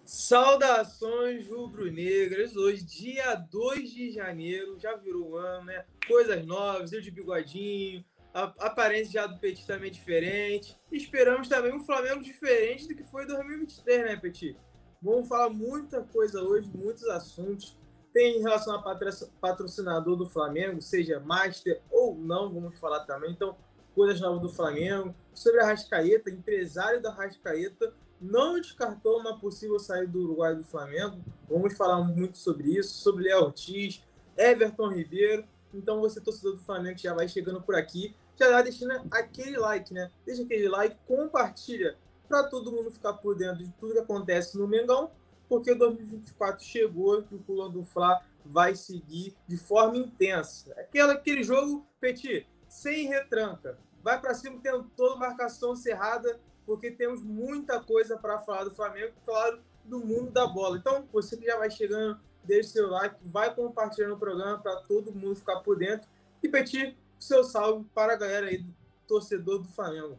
Saudações rubro-negras, hoje dia 2 de janeiro, já virou um ano, né? Coisas novas, eu de bigodinho, a aparência já do Petit também diferente. Esperamos também um Flamengo diferente do que foi 2023, né, Petit? Vamos falar muita coisa hoje, muitos assuntos. Tem em relação a patrocinador do Flamengo, seja Master ou não, vamos falar também. Então, coisas novas do Flamengo, sobre a Arrascaeta, empresário da Arrascaeta, não descartou uma possível saída do Uruguai do Flamengo. Vamos falar muito sobre isso, sobre Léo Ortiz, Everton Ribeiro. Então você, torcedor do Flamengo, já vai chegando por aqui, já vai deixando aquele like, né? Deixa aquele like, compartilha para todo mundo ficar por dentro de tudo que acontece no Mengão, porque 2024 chegou e o Pulão do Fla vai seguir de forma intensa. Aquele jogo, Petit, sem retranca. Vai para cima, tendo toda marcação cerrada, porque temos muita coisa para falar do Flamengo, claro, do mundo da bola. Então, você que já vai chegando, deixa o seu like, vai compartilhando o programa para todo mundo ficar por dentro. E, Petit, seu salve para a galera aí, do torcedor do Flamengo.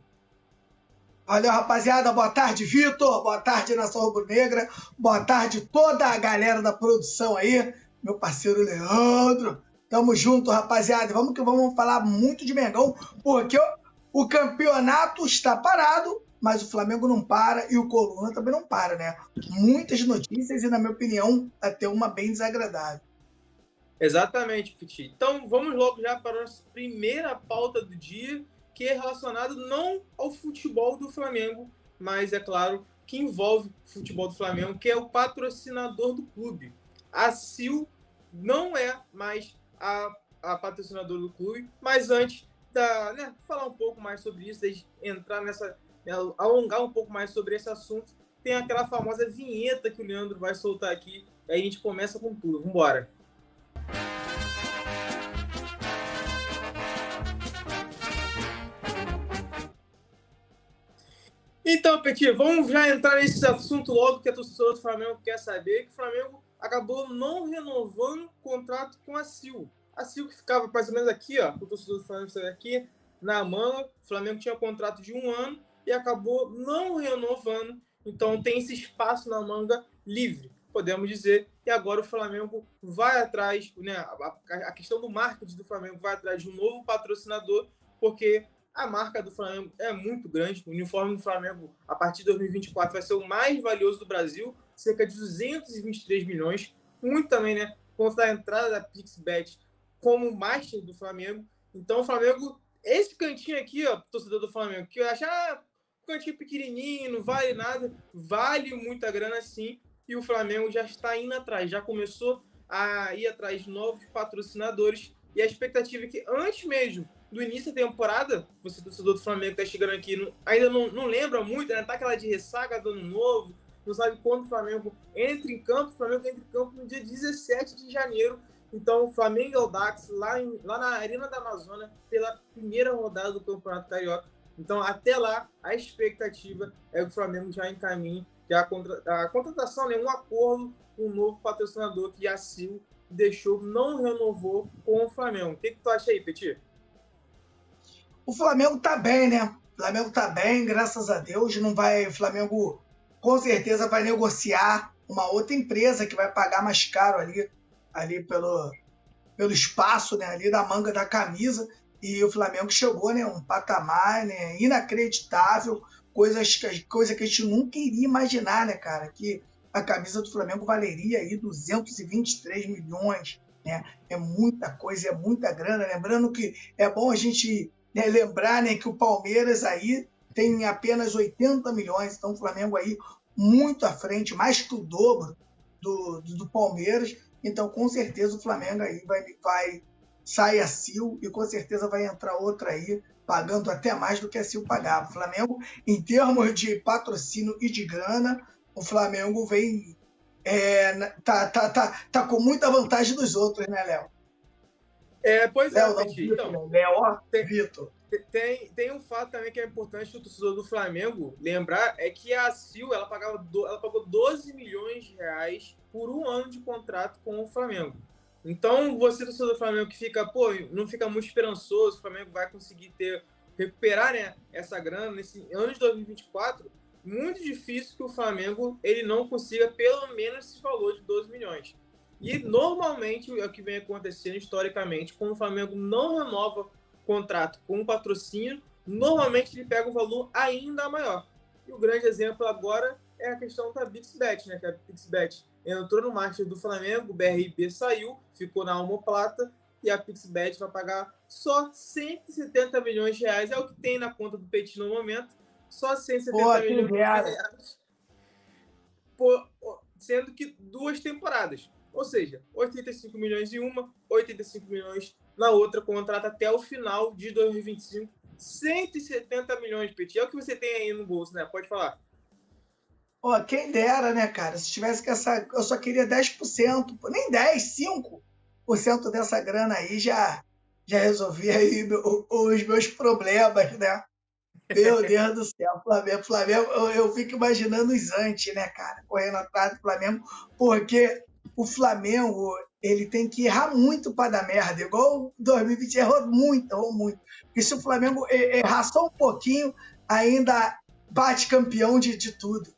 Valeu, rapaziada. Boa tarde, Vitor. Boa tarde, Nação Rubro-Negra. Boa tarde, toda a galera da produção aí. Meu parceiro Leandro. Tamo junto, rapaziada. Vamos que vamos falar muito de Mengão, porque o campeonato está parado, mas o Flamengo não para e o Coluna também não para, né? Muitas notícias e, na minha opinião, até uma bem desagradável. Exatamente, Petit. Então, vamos logo já para a nossa primeira pauta do dia, que é relacionado não ao futebol do Flamengo, mas, é claro, que envolve o futebol do Flamengo, que é o patrocinador do clube. A Sil não é mais a patrocinadora do clube, mas antes da, falar um pouco mais sobre isso, entrar alongar um pouco mais sobre esse assunto, tem aquela famosa vinheta que o Leandro vai soltar aqui, e aí a gente começa com tudo. Vamos embora. Então, Petit, vamos já entrar nesse assunto logo, que a torcedora do Flamengo quer saber, que o Flamengo acabou não renovando o contrato com a Sil. A Sil que ficava mais ou menos aqui, ó, o torcedor do Flamengo estava aqui, na manga. O Flamengo tinha um contrato de 1 ano e acabou não renovando. Então tem esse espaço na manga livre, podemos dizer. E agora o Flamengo vai atrás, né, a questão do marketing do Flamengo vai atrás de um novo patrocinador, porque a marca do Flamengo é muito grande. O uniforme do Flamengo, a partir de 2024, vai ser o mais valioso do Brasil, cerca de 223 milhões. Muito também, né, conta a entrada da PixBet como master do Flamengo. Então, o Flamengo, esse cantinho aqui, ó, torcedor do Flamengo, que eu acho, cantinho pequenininho, não vale nada, vale muita grana sim, e o Flamengo já está indo atrás, já começou a ir atrás de novos patrocinadores, e a expectativa é que antes mesmo do início da temporada, você, torcedor do Flamengo, que está chegando aqui, ainda não lembra muito, né? Tá aquela de ressaca do ano novo, não sabe quando o Flamengo entra em campo. O Flamengo entra em campo no dia 17 de janeiro. Então, o Flamengo e o Dax lá na Arena da Amazônia, pela primeira rodada do Campeonato Carioca. Então, até lá, a expectativa é que o Flamengo já encaminhe a contratação, né? Um acordo com um novo patrocinador que a Sil deixou, não renovou com o Flamengo. O que tu acha aí, Petit? O Flamengo tá bem, né? O Flamengo tá bem, graças a Deus. O Flamengo com certeza vai negociar uma outra empresa que vai pagar mais caro ali pelo espaço, né? Ali da manga da camisa. E o Flamengo chegou, né? Um patamar, né? Inacreditável, coisa que a gente nunca iria imaginar, né, cara? Que a camisa do Flamengo valeria aí 223 milhões, né? É muita coisa, é muita grana. Lembrando que é bom a gente lembrar, né, que o Palmeiras aí tem apenas 80 milhões, então o Flamengo aí muito à frente, mais que o dobro do Palmeiras. Então, com certeza, o Flamengo aí vai sair a Sil e com certeza vai entrar outra aí, pagando até mais do que a Sil pagava. O Flamengo, em termos de patrocínio e de grana, o Flamengo vem tá com muita vantagem dos outros, né, Léo? Pois é, Petit. Então, Léo, Vitor. Tem um fato também que é importante o torcedor do Flamengo lembrar, é que a Sil ela pagou 12 milhões de reais por 1 ano de contrato com o Flamengo. Então, você, torcedor do Flamengo, que não fica muito esperançoso, o Flamengo vai conseguir recuperar, né, essa grana nesse ano de 2024, muito difícil que o Flamengo ele não consiga pelo menos esse valor de 12 milhões. E normalmente é o que vem acontecendo historicamente, quando o Flamengo não renova contrato com um patrocínio, normalmente ele pega um valor ainda maior. E o grande exemplo agora é a questão da PixBet, né? Que a PixBet entrou no master do Flamengo, o BRB saiu, ficou na omoplata, e a PixBet vai pagar só 170 milhões de reais, é o que tem na conta do Petit no momento, só 170 milhões de reais, sendo que 2 temporadas. Ou seja, 85 milhões em uma, 85 milhões na outra, contrata até o final de 2025. 170 milhões, Petit. É o que você tem aí no bolso, né? Pode falar. Pô, quem dera, né, cara? Se tivesse que eu só queria 10%, nem 10, 5% dessa grana aí já resolvia aí os meus problemas, né? Meu Deus do céu, Flamengo, eu fico imaginando os antes, né, cara? Correndo atrás do Flamengo, porque o Flamengo, ele tem que errar muito para dar merda, igual 2020, errou muito. Porque se o Flamengo errar só um pouquinho, ainda bate campeão de tudo.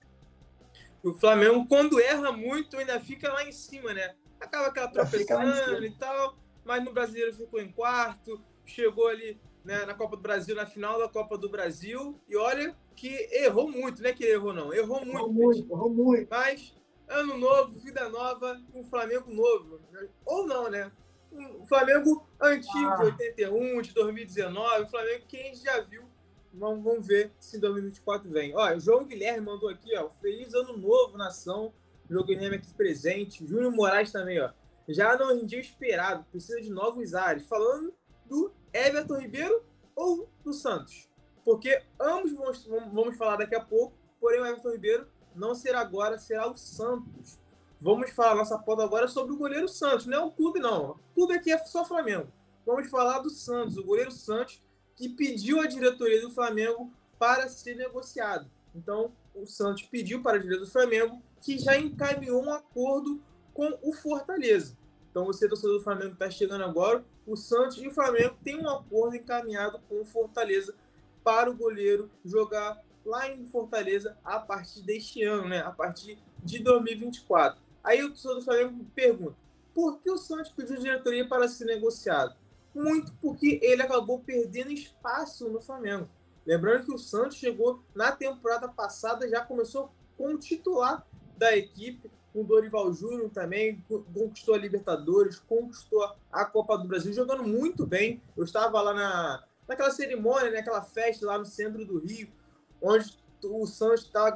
O Flamengo, quando erra muito, ainda fica lá em cima, né? Acaba aquela tropeçando e tal, mas no Brasileiro ficou em quarto, chegou ali, né, na Copa do Brasil, na final da Copa do Brasil, e olha que errou muito, não é que errou não, errou muito. Mas ano novo, vida nova, um Flamengo novo, ou não, né? Um Flamengo antigo, de 81, de 2019, o Flamengo que a gente já viu. Vamos ver se em 2024 vem. Ó, o João Guilherme mandou aqui, ó, feliz ano novo, nação. O João Guilherme aqui presente. Júnior Moraes também, ó. Já não rendia o esperado, precisa de novos ares. Falando do Everton Ribeiro ou do Santos. Porque ambos vamos falar daqui a pouco, porém o Everton Ribeiro não será agora, será o Santos. Vamos falar nossa pauta agora sobre o goleiro Santos. Não é um clube, não. O clube aqui é só Flamengo. Vamos falar do Santos, o goleiro Santos, que pediu à diretoria do Flamengo para ser negociado. Então, o Santos pediu para a diretoria do Flamengo, que já encaminhou um acordo com o Fortaleza. Então, você, torcedor do Flamengo, está chegando agora, o Santos e o Flamengo têm um acordo encaminhado com o Fortaleza para o goleiro jogar lá em Fortaleza a partir deste ano, né? A partir de 2024. Aí o torcedor do Flamengo pergunta, por que o Santos pediu a diretoria para ser negociado? Muito porque ele acabou perdendo espaço no Flamengo. Lembrando que o Santos chegou na temporada passada, já começou com o titular da equipe, com o Dorival Júnior também, conquistou a Libertadores, conquistou a Copa do Brasil, jogando muito bem. Eu estava lá naquela cerimônia, naquela festa lá no centro do Rio, onde o Santos estava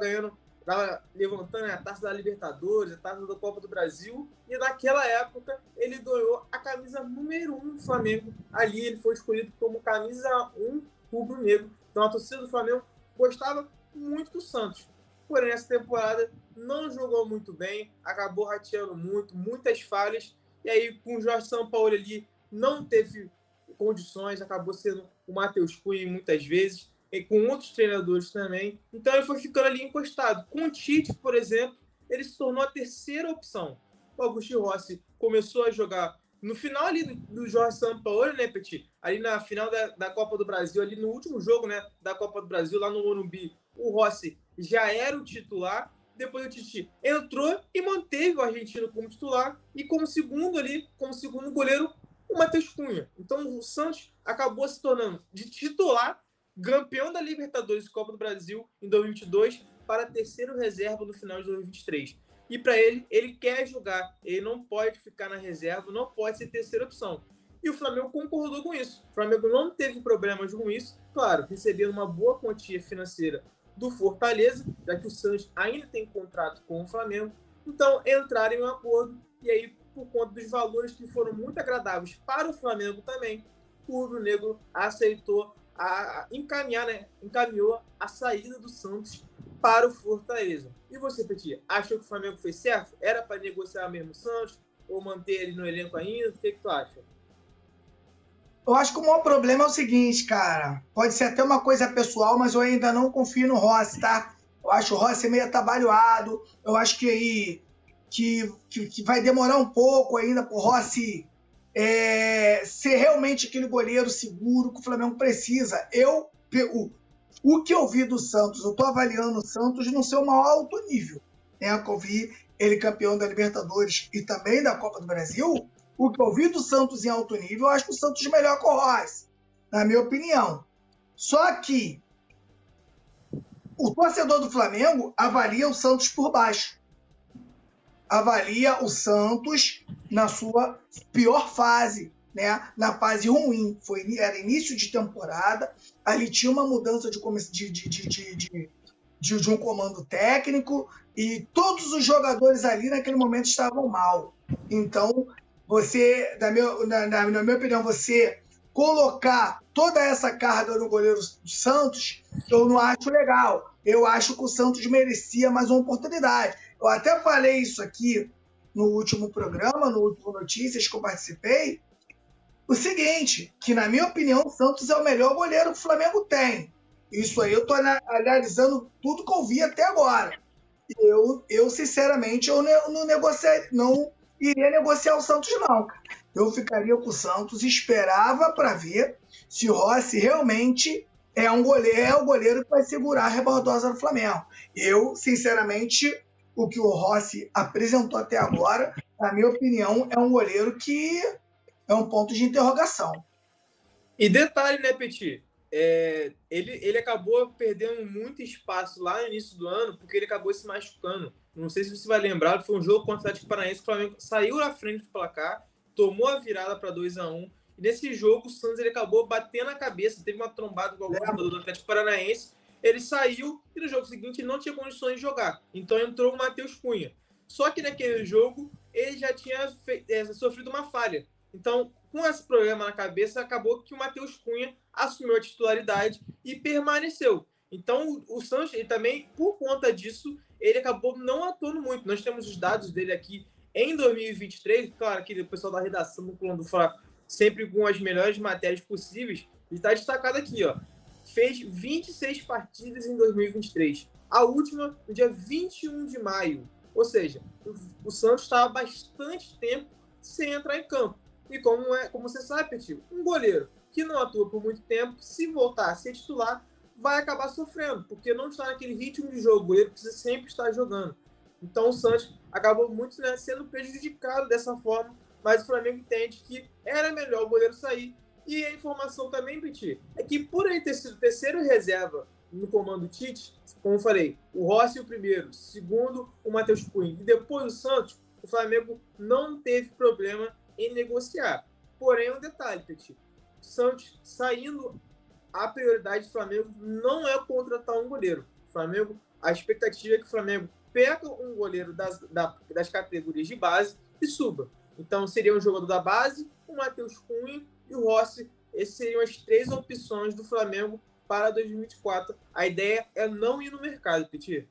levantando a taça da Libertadores, a taça da Copa do Brasil, e naquela época ele ganhou a camisa número 1 do Flamengo. Ali ele foi escolhido como camisa 1 rubro-negro. Então a torcida do Flamengo gostava muito do Santos. Porém, nessa temporada não jogou muito bem, acabou rateando muito, muitas falhas, e aí com o Jorge Sampaoli ali não teve condições, acabou sendo o Matheus Cunha muitas vezes, e com outros treinadores também. Então ele foi ficando ali encostado. Com o Tite, por exemplo, ele se tornou a terceira opção. O Augusto Rossi começou a jogar no final ali do Jorge Sampaoli, né, Petit? Ali na final da Copa do Brasil, ali no último jogo, né, da Copa do Brasil, lá no Morumbi, o Rossi já era o titular. Depois o Tite entrou e manteve o argentino como titular e como segundo goleiro, o Matheus Cunha. Então o Santos acabou se tornando de titular, campeão da Libertadores e Copa do Brasil em 2022, para terceiro reserva no final de 2023. E para ele quer jogar, ele não pode ficar na reserva, não pode ser terceira opção. E o Flamengo concordou com isso. O Flamengo não teve problemas com isso, claro, recebendo uma boa quantia financeira do Fortaleza, já que o Santos ainda tem contrato com o Flamengo. Então entraram em um acordo, e aí, por conta dos valores que foram muito agradáveis para o Flamengo também, o rubro-negro aceitou encaminhou a saída do Santos para o Fortaleza. E você, Petit, achou que o Flamengo fez certo? Era para negociar mesmo o Santos? Ou manter ele no elenco ainda? O que tu acha? Eu acho que o maior problema é o seguinte, cara. Pode ser até uma coisa pessoal, mas eu ainda não confio no Rossi, tá? Eu acho o Rossi meio atabalhoado. Eu acho que vai demorar um pouco ainda pro Rossi ser realmente aquele goleiro seguro que o Flamengo precisa. O que eu vi do Santos, eu estou avaliando o Santos no seu maior alto nível, né? Que eu vi ele campeão da Libertadores e também da Copa do Brasil. O que eu vi do Santos em alto nível, eu acho que o Santos melhor que o Rossi, na minha opinião. Só que o torcedor do Flamengo avalia o Santos por baixo. Avalia o Santos na sua pior fase, né? Na fase ruim. Era início de temporada, ali tinha uma mudança de um comando técnico e todos os jogadores ali naquele momento estavam mal. Então, você, na minha opinião, você colocar toda essa carga no goleiro do Santos, eu não acho legal. Eu acho que o Santos merecia mais uma oportunidade. Eu até falei isso aqui no último programa, no último Notícias que eu participei, o seguinte, que na minha opinião o Santos é o melhor goleiro que o Flamengo tem. Isso aí eu estou analisando tudo que eu vi até agora. Eu sinceramente, eu não iria negociar o Santos, não. Eu ficaria com o Santos, esperava para ver se o Rossi realmente é o goleiro que vai segurar a rebordosa do Flamengo. Eu, sinceramente, o que o Rossi apresentou até agora, na minha opinião, é um goleiro que é um ponto de interrogação. E detalhe, né, Petit? Ele acabou perdendo muito espaço lá no início do ano porque ele acabou se machucando. Não sei se você vai lembrar, foi um jogo contra o Atlético Paranaense que o Flamengo saiu na frente do placar, tomou a virada para 2-1. E nesse jogo o Santos ele acabou batendo a cabeça, teve uma trombada com algum jogador do Atlético Paranaense, ele saiu e no jogo seguinte ele não tinha condições de jogar. Então entrou o Matheus Cunha. Só que naquele jogo ele já tinha sofrido uma falha. Então, com esse problema na cabeça, acabou que o Matheus Cunha assumiu a titularidade e permaneceu. Então, o Santos, ele também, por conta disso, ele acabou não atuando muito. Nós temos os dados dele aqui em 2023, claro que o pessoal da redação do Plano do Fla, sempre com as melhores matérias possíveis, ele está destacado aqui, ó. Fez 26 partidas em 2023. A última, no dia 21 de maio. Ou seja, o Santos estava bastante tempo sem entrar em campo. E como você sabe, Petit, um goleiro que não atua por muito tempo, se voltar a ser titular, vai acabar sofrendo, porque não está naquele ritmo de jogo. O goleiro precisa sempre estar jogando. Então o Santos acabou muito, né, sendo prejudicado dessa forma, mas o Flamengo entende que era melhor o goleiro sair. E a informação também, Petit, é que por ele ter sido terceiro reserva no comando Tite, como eu falei, o Rossi o primeiro, segundo o Matheus Cunha e depois o Santos, o Flamengo não teve problema em negociar. Porém, um detalhe, Petit, Santos saindo, a prioridade do Flamengo não é contratar um goleiro. O Flamengo, a expectativa é que o Flamengo pega um goleiro das categorias de base e suba. Então, seria um jogador da base, o Matheus Cunha e o Rossi. Essas seriam as três opções do Flamengo para 2024. A ideia é não ir no mercado, Petit.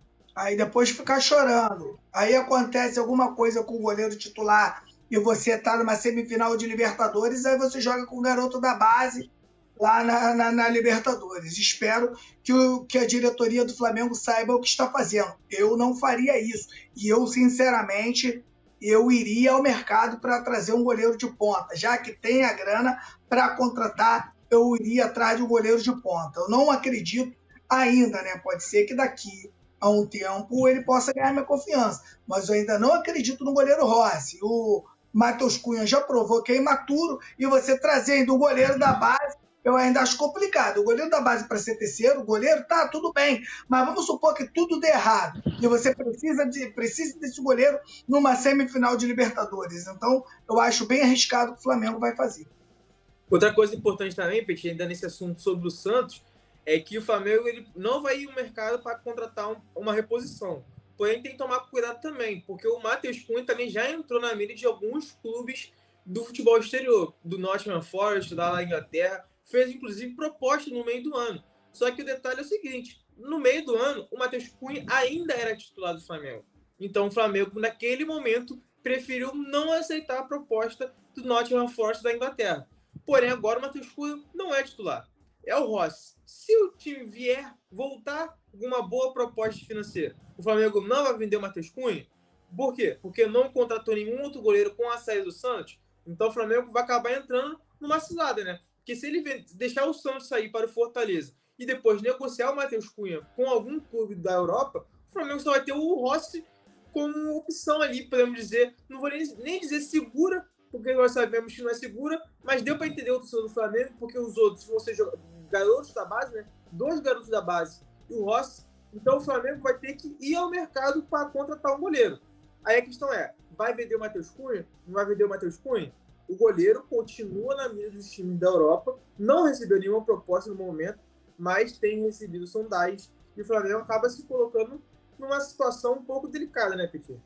Aí depois ficar chorando. Aí acontece alguma coisa com o goleiro titular e você está numa semifinal de Libertadores, aí você joga com o garoto da base lá na Libertadores. Espero que a diretoria do Flamengo saiba o que está fazendo. Eu não faria isso. E eu, sinceramente, eu iria ao mercado para trazer um goleiro de ponta. Já que tem a grana para contratar, eu iria atrás de um goleiro de ponta. Eu não acredito ainda, né? Pode ser que daqui a um tempo ele possa ganhar minha confiança. Mas eu ainda não acredito no goleiro Rossi. O Matheus Cunha já provou que é imaturo e você trazendo o goleiro da base, eu ainda acho complicado. O goleiro da base para ser terceiro, o goleiro, tá, tudo bem. Mas vamos supor que tudo dê errado. E você precisa desse goleiro numa semifinal de Libertadores. Então, eu acho bem arriscado o que o Flamengo vai fazer. Outra coisa importante também, Petit, ainda nesse assunto sobre o Santos, é que o Flamengo ele não vai ir ao mercado para contratar uma reposição. Porém, tem que tomar cuidado também, porque o Matheus Cunha também já entrou na mira de alguns clubes do futebol exterior, do Nottingham Forest, lá na Inglaterra, fez inclusive proposta no meio do ano. Só que o detalhe é o seguinte, no meio do ano, o Matheus Cunha ainda era titular do Flamengo. Então o Flamengo, naquele momento, preferiu não aceitar a proposta do Nottingham Forest da Inglaterra. Porém, agora o Matheus Cunha não é titular. É o Rossi. Se o time vier voltar com uma boa proposta financeira, o Flamengo não vai vender o Matheus Cunha? Por quê? Porque não contratou nenhum outro goleiro com a saída do Santos. Então o Flamengo vai acabar entrando numa cilada, né? Porque se ele deixar o Santos sair para o Fortaleza e depois negociar o Matheus Cunha com algum clube da Europa, o Flamengo só vai ter o Rossi como opção ali, podemos dizer, não vou nem dizer segura, porque nós sabemos que não é segura, mas deu para entender o torcedor do Flamengo, porque os outros vão ser garotos da base, né? 2 garotos da base e o Rossi. Então o Flamengo vai ter que ir ao mercado para contratar um goleiro. Aí a questão é, vai vender o Matheus Cunha? Não vai vender o Matheus Cunha? O goleiro continua na mira dos times da Europa, não recebeu nenhuma proposta no momento, mas tem recebido sondagens, e o Flamengo acaba se colocando numa situação um pouco delicada, né, Petit?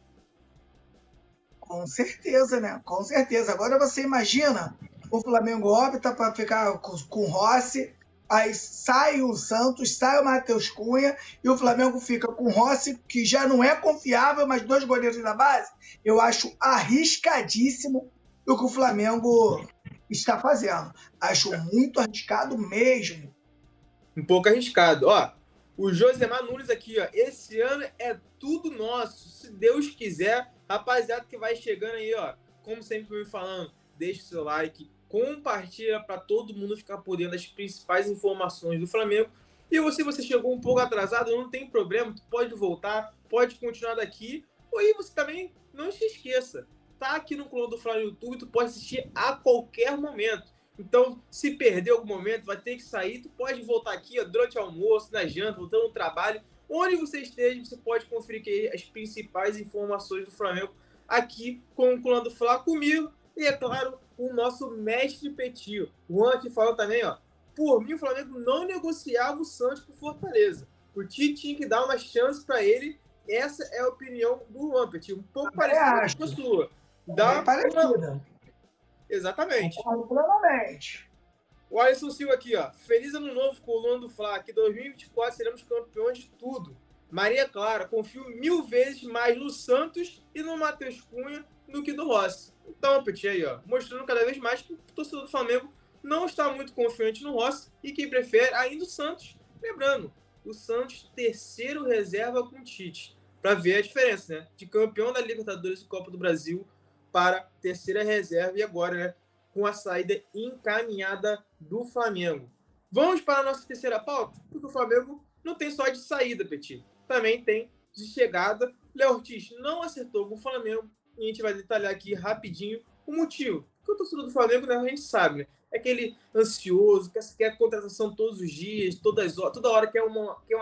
Com certeza, né? Com certeza. Agora você imagina, o Flamengo opta para ficar com o Rossi, aí sai o Santos, sai o Matheus Cunha, e o Flamengo fica com o Rossi, que já não é confiável, mas 2 goleiros da base. Eu acho arriscadíssimo o que o Flamengo está fazendo. Acho muito arriscado mesmo. Um pouco arriscado. Ó, o Josemar Nunes aqui, ó. Esse ano é tudo nosso. Se Deus quiser, rapaziada que vai chegando aí, ó. Como sempre me falando, deixa o seu like, compartilha para todo mundo ficar por dentro das principais informações do Flamengo. E você chegou um pouco atrasado, não tem problema, tu pode voltar, pode continuar daqui. Ou aí você também não se esqueça, tá aqui no Clone do Fla no YouTube, tu pode assistir a qualquer momento. Então, se perder algum momento, vai ter que sair, tu pode voltar aqui, ó, durante o almoço, na janta, voltando no trabalho, onde você esteja, você pode conferir aqui as principais informações do Flamengo aqui com o Clone do Fla comigo e, é claro, o nosso mestre Petit. O Juan aqui falou também, ó, por mim o Flamengo não negociava o Santos por Fortaleza. O Tite tinha que dar uma chance para ele. Essa é a opinião do Juan, Petit, um pouco parecida com a sua. Bem parecida. Exatamente. Plenamente. O Alisson Silva aqui, ó. Feliz ano novo, Coluna do Fla. Que 2024 seremos campeões de tudo. Maria Clara, confio 1000 vezes mais no Santos e no Matheus Cunha do que no Rossi. Então, Petit, aí, ó, mostrando cada vez mais que o torcedor do Flamengo não está muito confiante no Rossi e quem prefere ainda o Santos. Lembrando, o Santos terceiro reserva com o Tite. Para ver a diferença, né? De campeão da Libertadores e Copa do Brasil para terceira reserva e agora, né, com a saída encaminhada do Flamengo. Vamos para a nossa terceira pauta, porque o Flamengo não tem só de saída, Petit, também tem de chegada. Léo Ortiz não acertou com o Flamengo e a gente vai detalhar aqui rapidinho o motivo. Porque o torcedor do Flamengo, né, a gente sabe, né, é aquele ansioso, quer contratação todos os dias, toda hora quer um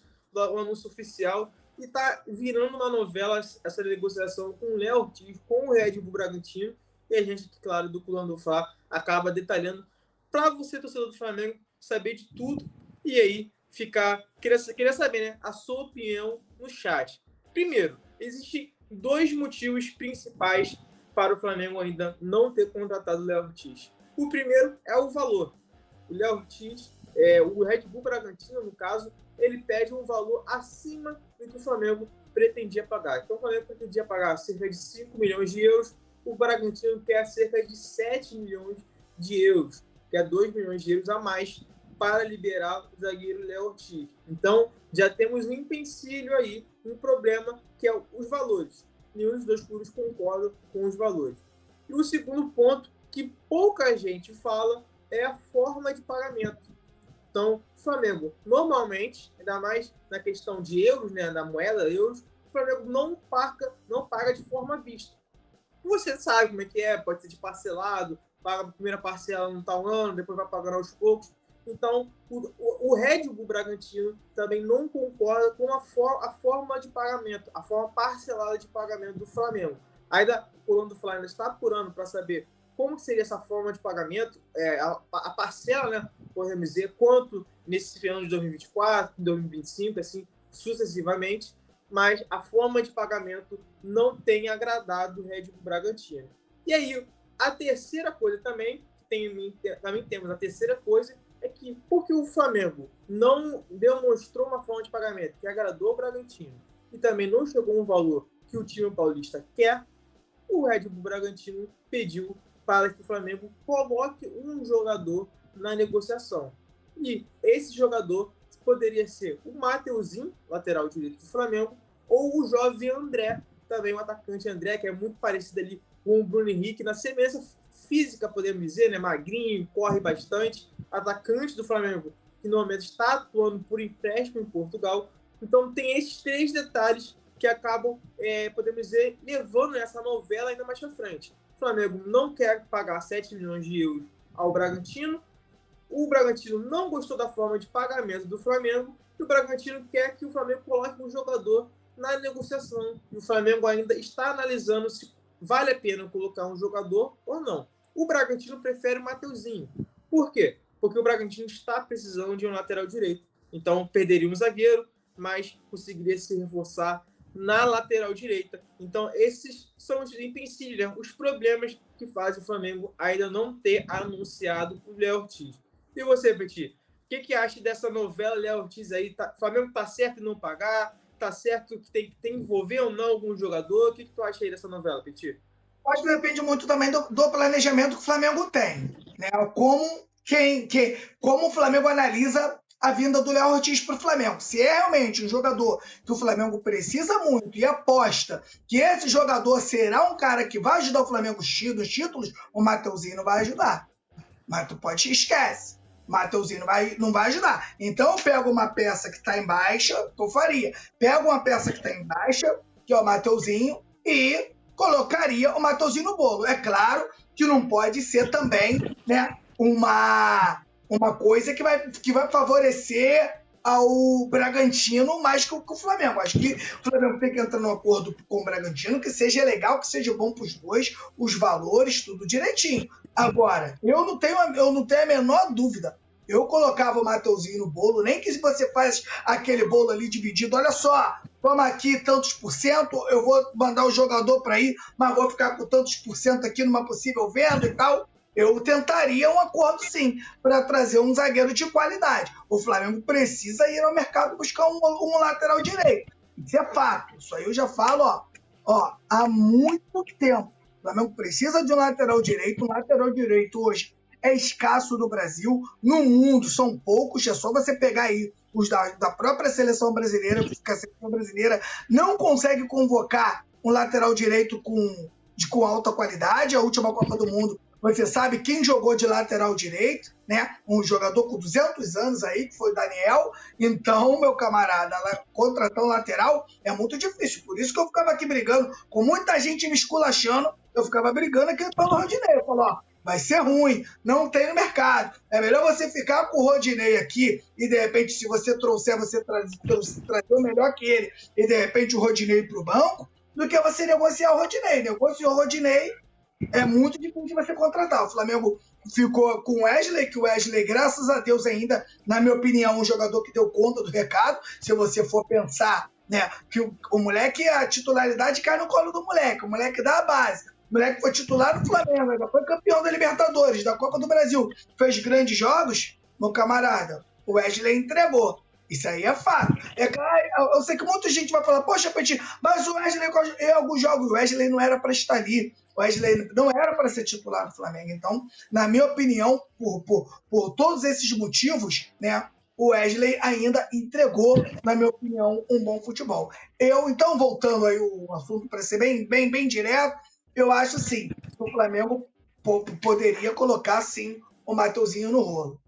anúncio oficial. E tá virando uma novela essa negociação com o Léo Ortiz, com o Red Bull Bragantino. E a gente, claro, do Clone do Fla, acaba detalhando para você, torcedor do Flamengo, saber de tudo. E aí, queria saber, né, a sua opinião no chat. Primeiro, existem 2 motivos principais para o Flamengo ainda não ter contratado o Léo Ortiz. O primeiro é o valor. O Léo Ortiz, o Red Bull Bragantino, no caso, ele pede um valor acima do que o Flamengo pretendia pagar. Então o Flamengo pretendia pagar cerca de 5 milhões de euros, o Bragantino quer cerca de 7 milhões de euros, que é 2 milhões de euros a mais para liberar o zagueiro Léo Ortiz. Então já temos um empecilho aí, um problema, que é os valores. Nenhum dos 2 clubes concorda com os valores. E o segundo ponto, que pouca gente fala, é a forma de pagamento. Então, o Flamengo, normalmente, ainda mais na questão de euros, né, na moeda euros, o Flamengo não paga de forma à vista. Você sabe como é que é, pode ser de parcelado, paga a primeira parcela no tal ano, depois vai pagando aos poucos. Então, o Red Bull Bragantino também não concorda com a forma de pagamento, a forma parcelada de pagamento do Flamengo. Ainda o Coluna do Flamengo está apurando para saber como seria essa forma de pagamento, a parcela, né, podemos dizer, quanto nesse ano de 2024, 2025, assim, sucessivamente, mas a forma de pagamento não tem agradado o Red Bull Bragantino. E aí, a terceira coisa também temos a terceira coisa, é que porque o Flamengo não demonstrou uma forma de pagamento que agradou o Bragantino e também não chegou um valor que o time paulista quer, o Red Bull Bragantino pediu para que o Flamengo coloque um jogador na negociação. E esse jogador poderia ser o Mateuzinho, lateral direito do Flamengo, ou o jovem André, também o atacante André, que é muito parecido ali com o Bruno Henrique, na semelhança física, podemos dizer, né? Magrinho, corre bastante, atacante do Flamengo que no momento está atuando por empréstimo em Portugal. Então tem esses 3 detalhes que acabam, podemos dizer, levando essa novela ainda mais para frente. O Flamengo não quer pagar 7 milhões de euros ao Bragantino, o Bragantino não gostou da forma de pagamento do Flamengo e o Bragantino quer que o Flamengo coloque um jogador na negociação. E o Flamengo ainda está analisando se vale a pena colocar um jogador ou não. O Bragantino prefere o Mateuzinho. Por quê? Porque o Bragantino está precisando de um lateral direito. Então perderia um zagueiro, mas conseguiria se reforçar na lateral direita. Então esses são os empecilhos, né? Os problemas que fazem o Flamengo ainda não ter anunciado o Léo Ortiz. E você, Petit? O que acha dessa novela Léo Ortiz aí? O Flamengo tá certo em não pagar? Tá certo que tem que envolver ou não algum jogador? O que tu acha aí dessa novela, Petit? Acho que depende muito também do planejamento que o Flamengo tem, né? Como o Flamengo analisa a vinda do Léo Ortiz para o Flamengo. Se é realmente um jogador que o Flamengo precisa muito e aposta que esse jogador será um cara que vai ajudar o Flamengo nos títulos, o Mateuzinho não vai ajudar. Mas tu pode esquece. Mateuzinho não vai ajudar. Então eu pego uma peça que está em baixa, que eu faria. Pego uma peça que está em baixa, que é o Mateuzinho, e colocaria o Mateuzinho no bolo. É claro que não pode ser também, né, uma coisa que vai favorecer ao Bragantino mais que o Flamengo. Acho que o Flamengo tem que entrar num acordo com o Bragantino que seja legal, que seja bom para os dois, os valores, tudo direitinho. Agora, eu não tenho a menor dúvida. Eu colocava o Mateuzinho no bolo, nem que se você faz aquele bolo ali dividido, olha só, toma aqui tantos por cento, eu vou mandar o jogador para ir, mas vou ficar com tantos por cento aqui numa possível venda e tal. Eu tentaria um acordo, sim, para trazer um zagueiro de qualidade. O Flamengo precisa ir ao mercado buscar um lateral direito. Isso é fato. Isso aí eu já falo, há muito tempo. O Flamengo precisa de um lateral direito. Um lateral direito hoje é escasso no Brasil. No mundo são poucos. É só você pegar aí os da própria seleção brasileira, porque a seleção brasileira não consegue convocar um lateral direito com alta qualidade. A última Copa do Mundo, você sabe quem jogou de lateral direito, né? Um jogador com 200 anos aí, que foi o Daniel. Então, meu camarada, contratar um lateral é muito difícil. Por isso que eu ficava aqui brigando, com muita gente me esculachando, eu ficava brigando aqui pelo Rodinei. Eu falo, vai ser ruim, não tem no mercado. É melhor você ficar com o Rodinei aqui e, de repente, se você trouxer, você trazer o melhor que ele e, de repente, o Rodinei para o banco, do que você negociar o Rodinei. Negociar o Rodinei é muito difícil você contratar. O Flamengo ficou com o Wesley, que o Wesley, graças a Deus, ainda, na minha opinião, um jogador que deu conta do recado. Se você for pensar, né, que o moleque, a titularidade cai no colo do moleque, o moleque dá a base. O moleque foi titular no Flamengo, ainda foi campeão da Libertadores, da Copa do Brasil, fez grandes jogos, meu camarada. O Wesley entregou. Isso aí é fato. Eu sei que muita gente vai falar, poxa, Petit, mas o Wesley em alguns jogos, o Wesley não era para estar ali. O Wesley não era para ser titular do Flamengo. Então, na minha opinião, por todos esses motivos, né, o Wesley ainda entregou, na minha opinião, um bom futebol. Então, voltando aí o assunto para ser bem direto, eu acho sim que o Flamengo poderia colocar sim o Mateuzinho no rolo.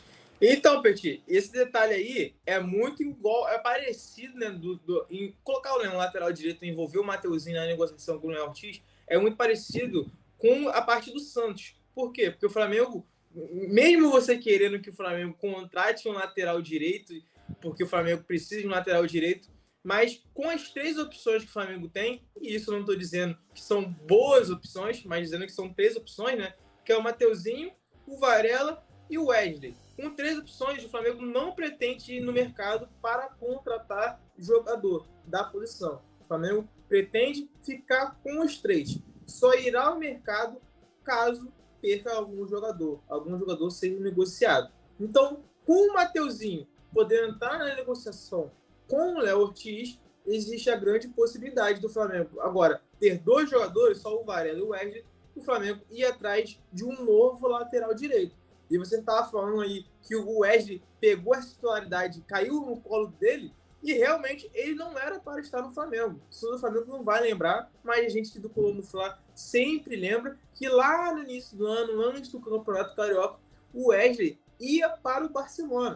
Então, Petit, esse detalhe aí é muito igual, é parecido, né, em colocar o lateral direito, envolver o Mateuzinho na negociação com o Léo Ortiz, é muito parecido com a parte do Santos. Por quê? Porque o Flamengo, mesmo você querendo que o Flamengo contrate um lateral direito, porque o Flamengo precisa de um lateral direito, mas com as 3 opções que o Flamengo tem, e isso eu não estou dizendo que são boas opções, mas dizendo que são 3 opções, né, que é o Mateuzinho, o Varela e o Wesley. Com 3 opções, o Flamengo não pretende ir no mercado para contratar jogador da posição. O Flamengo pretende ficar com os 3. Só irá ao mercado caso perca algum jogador seja negociado. Então, com o Mateuzinho podendo entrar na negociação com o Léo Ortiz, existe a grande possibilidade do Flamengo. Agora, ter 2 jogadores, só o Varela e o Wesley, o Flamengo ir atrás de um novo lateral direito. E você estava falando aí que o Wesley pegou a titularidade, caiu no colo dele, e realmente ele não era para estar no Flamengo. Isso o Flamengo não vai lembrar, mas a gente do Colombo Fla sempre lembra que lá no início do ano, antes do Campeonato Carioca, o Wesley ia para o Barcelona.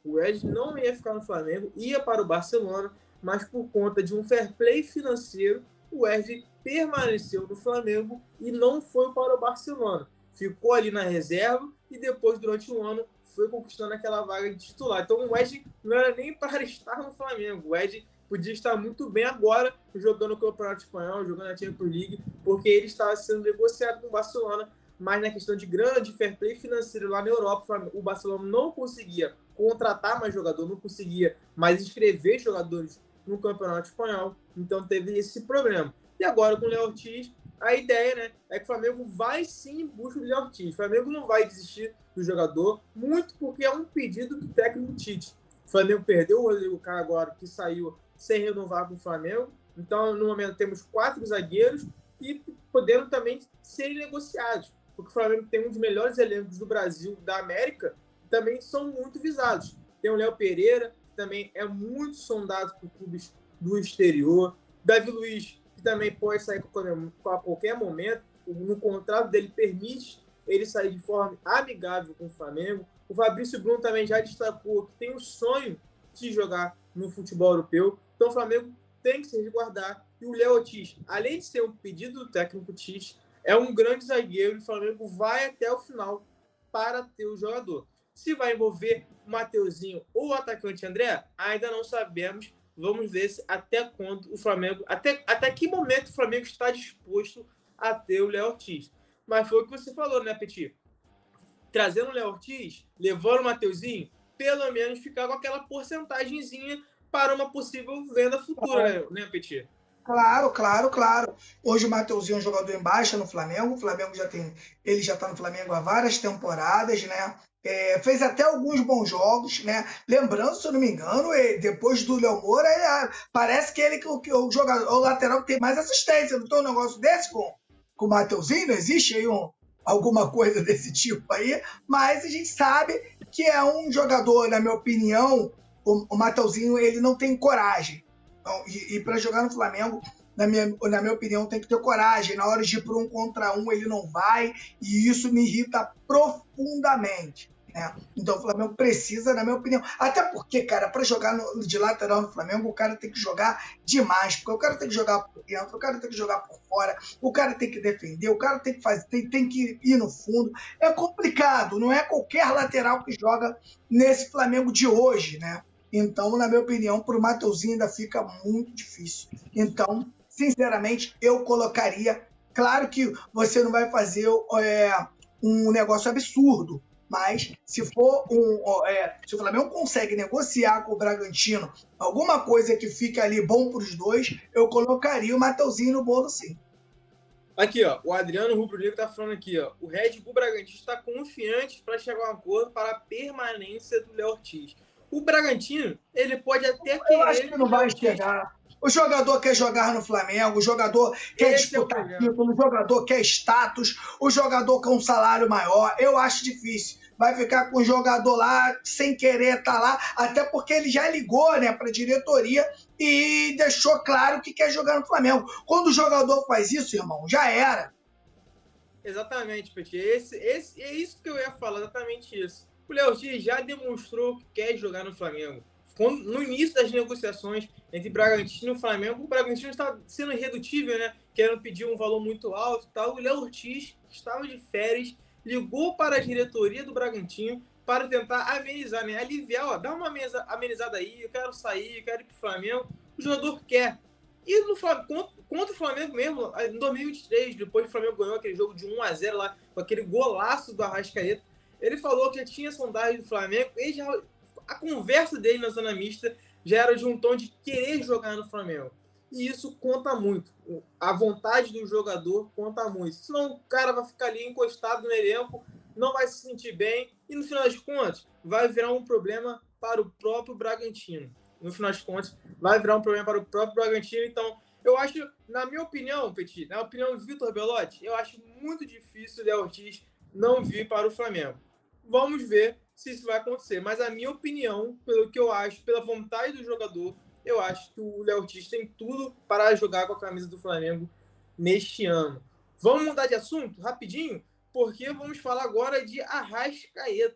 O Wesley não ia ficar no Flamengo, ia para o Barcelona, mas por conta de um fair play financeiro, o Wesley permaneceu no Flamengo e não foi para o Barcelona. Ficou ali na reserva e depois, durante um ano, foi conquistando aquela vaga de titular. Então o Wesley não era nem para estar no Flamengo. O Wesley podia estar muito bem agora jogando o Campeonato Espanhol, jogando a Champions League, porque ele estava sendo negociado com o Barcelona, mas na questão de grana, de fair play financeiro lá na Europa, o Barcelona não conseguia contratar mais jogador, não conseguia mais inscrever jogadores no Campeonato Espanhol, então teve esse problema. E agora com o Léo Ortiz, a ideia, né, é que o Flamengo vai sim em busca do Léo Ortiz. O Flamengo não vai desistir do jogador, muito porque é um pedido do técnico Tite. O Flamengo perdeu o Rodrigo Caio agora, que saiu sem renovar com o Flamengo. Então, no momento, temos 4 zagueiros e podendo também serem negociados, porque o Flamengo tem um dos melhores elencos do Brasil, da América, e também são muito visados. Tem o Léo Pereira, que também é muito sondado por clubes do exterior. Davi Luiz, que também pode sair a qualquer momento. No contrato dele permite ele sair de forma amigável com o Flamengo. O Fabrício Bruno também já destacou que tem o sonho de jogar no futebol europeu. Então o Flamengo tem que se resguardar. E o Léo Ortiz, além de ser um pedido do técnico Tite, é um grande zagueiro e o Flamengo vai até o final para ter o jogador. Se vai envolver o Mateuzinho ou o atacante André, ainda não sabemos. Vamos ver se até quando o Flamengo, até que momento o Flamengo está disposto a ter o Léo Ortiz. Mas foi o que você falou, né, Petit? Trazendo o Léo Ortiz, levando o Mateuzinho, pelo menos ficar com aquela porcentagemzinha para uma possível venda futura, né, Petit? Claro, claro, claro. Hoje o Mateuzinho é um jogador em baixa no Flamengo. O Flamengo ele já está no Flamengo há várias temporadas, né? Fez até alguns bons jogos, né? Lembrando, se eu não me engano, depois do Léo Moura, parece que ele que o jogador, o lateral que tem mais assistência. Não tem um negócio desse com o Mateuzinho? Não existe aí alguma coisa desse tipo aí? Mas a gente sabe que é um jogador, na minha opinião, o Mateuzinho, ele não tem coragem. E para jogar no Flamengo, na minha opinião, tem que ter coragem. Na hora de ir para 1 contra 1, ele não vai. E isso me irrita profundamente, né? Então o Flamengo precisa, na minha opinião. Até porque, cara, para jogar de lateral no Flamengo, o cara tem que jogar demais. Porque o cara tem que jogar por dentro, o cara tem que jogar por fora, o cara tem que defender, o cara tem que fazer, tem que ir no fundo. É complicado, não é qualquer lateral que joga nesse Flamengo de hoje, né? Então, na minha opinião, para o Mateuzinho ainda fica muito difícil. Então, sinceramente, eu colocaria... Claro que você não vai fazer um negócio absurdo, mas se o Flamengo consegue negociar com o Bragantino alguma coisa que fique ali bom para os dois, eu colocaria o Mateuzinho no bolo, sim. Aqui, ó, o Adriano Rubro Negro tá falando aqui, ó, o Red Bull Bragantino está confiante para chegar a um acordo para a permanência do Léo Ortiz. O Bragantino, ele pode até querer... Eu acho que não vai chegar. O jogador quer jogar no Flamengo, o jogador quer disputar título, o jogador quer status, o jogador quer um salário maior. Eu acho difícil. Vai ficar com o jogador lá sem querer estar lá, até porque ele já ligou, né, para a diretoria e deixou claro que quer jogar no Flamengo. Quando o jogador faz isso, irmão, já era. Exatamente, Petit. É isso que eu ia falar, exatamente isso. O Léo Ortiz já demonstrou que quer jogar no Flamengo. No início das negociações entre Bragantino e Flamengo, o Bragantino estava sendo irredutível, né? Querendo pedir um valor muito alto e tal. O Léo Ortiz, que estava de férias, ligou para a diretoria do Bragantino para tentar amenizar, né? Aliviar, ó, dá uma amenizada aí, eu quero sair, eu quero ir para o Flamengo. O jogador quer. E contra o Flamengo mesmo, em 2023, depois que o Flamengo ganhou aquele jogo de 1-0 lá, com aquele golaço do Arrascaeta, ele falou que já tinha sondagem do Flamengo, a conversa dele na zona mista já era de um tom de querer jogar no Flamengo. E isso conta muito. A vontade do jogador conta muito. Senão o cara vai ficar ali encostado no elenco, não vai se sentir bem e, no final das contas, vai virar um problema para o próprio Bragantino. No final das contas, vai virar um problema para o próprio Bragantino. Então, eu acho, na minha opinião, Petit, na opinião do Vitor Belotti, eu acho muito difícil o Léo Ortiz não vir para o Flamengo. Vamos ver se isso vai acontecer. Mas a minha opinião, pelo que eu acho, pela vontade do jogador, eu acho que o Léo Ortiz tem tudo para jogar com a camisa do Flamengo neste ano. Vamos mudar de assunto rapidinho, porque vamos falar agora de Arrascaeta.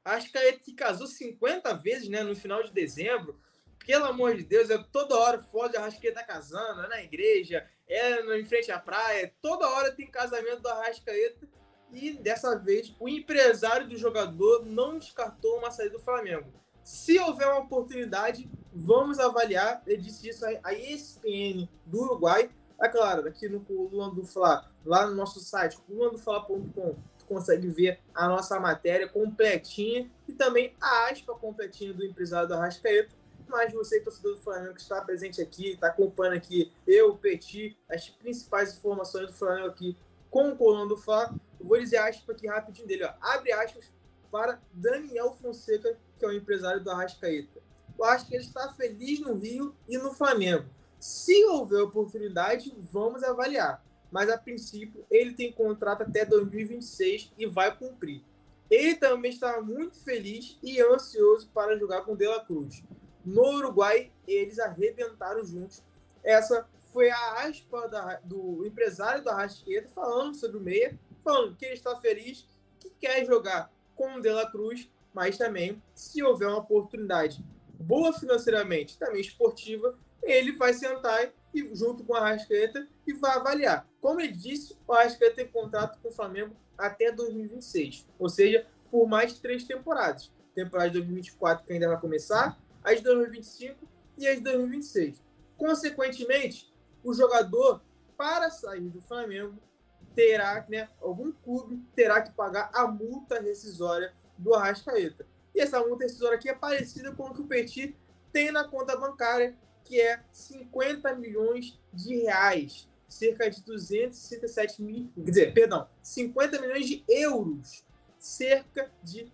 Arrascaeta que casou 50 vezes, né, no final de dezembro. Pelo amor de Deus, toda hora foto de Arrascaeta casando, é na igreja, em frente à praia, toda hora tem casamento do Arrascaeta. E dessa vez o empresário do jogador não descartou uma saída do Flamengo. Se houver uma oportunidade, vamos avaliar. Ele disse isso a ESPN do Uruguai. É claro, aqui no Coluna do Fla, lá no nosso site, colunadofla.com, tu consegue ver a nossa matéria completinha e também a aspa completinha do empresário do Arrascaeta. Mas você, torcedor do Flamengo, que está presente aqui, está acompanhando aqui eu, o Petit, as principais informações do Flamengo aqui com o Coluna do Fla, eu vou dizer aspa aqui rapidinho dele, ó. Abre aspas para Daniel Fonseca, que é o empresário do Arrascaeta. Eu acho que ele está feliz no Rio e no Flamengo. Se houver oportunidade, vamos avaliar. Mas, a princípio, ele tem contrato até 2026 e vai cumprir. Ele também está muito feliz e ansioso para jogar com De La Cruz. No Uruguai, eles arrebentaram juntos. Essa foi a aspa do empresário do Arrascaeta falando sobre o meia, falando que ele está feliz, que quer jogar com o De La Cruz, mas também, se houver uma oportunidade boa financeiramente, também esportiva, ele vai sentar e, junto com o Arrascaeta e vai avaliar. Como ele disse, o Arrascaeta tem contrato com o Flamengo até 2026, ou seja, por mais 3 temporadas. Temporada de 2024 que ainda vai começar, as de 2025 e as de 2026. Consequentemente, o jogador, para sair do Flamengo, terá, né, algum clube terá que pagar a multa rescisória do Arrascaeta. E essa multa rescisória aqui é parecida com o que o Petit tem na conta bancária, que é 50 milhões de reais, cerca de 267 mil, quer dizer, perdão, 50 milhões de euros, cerca de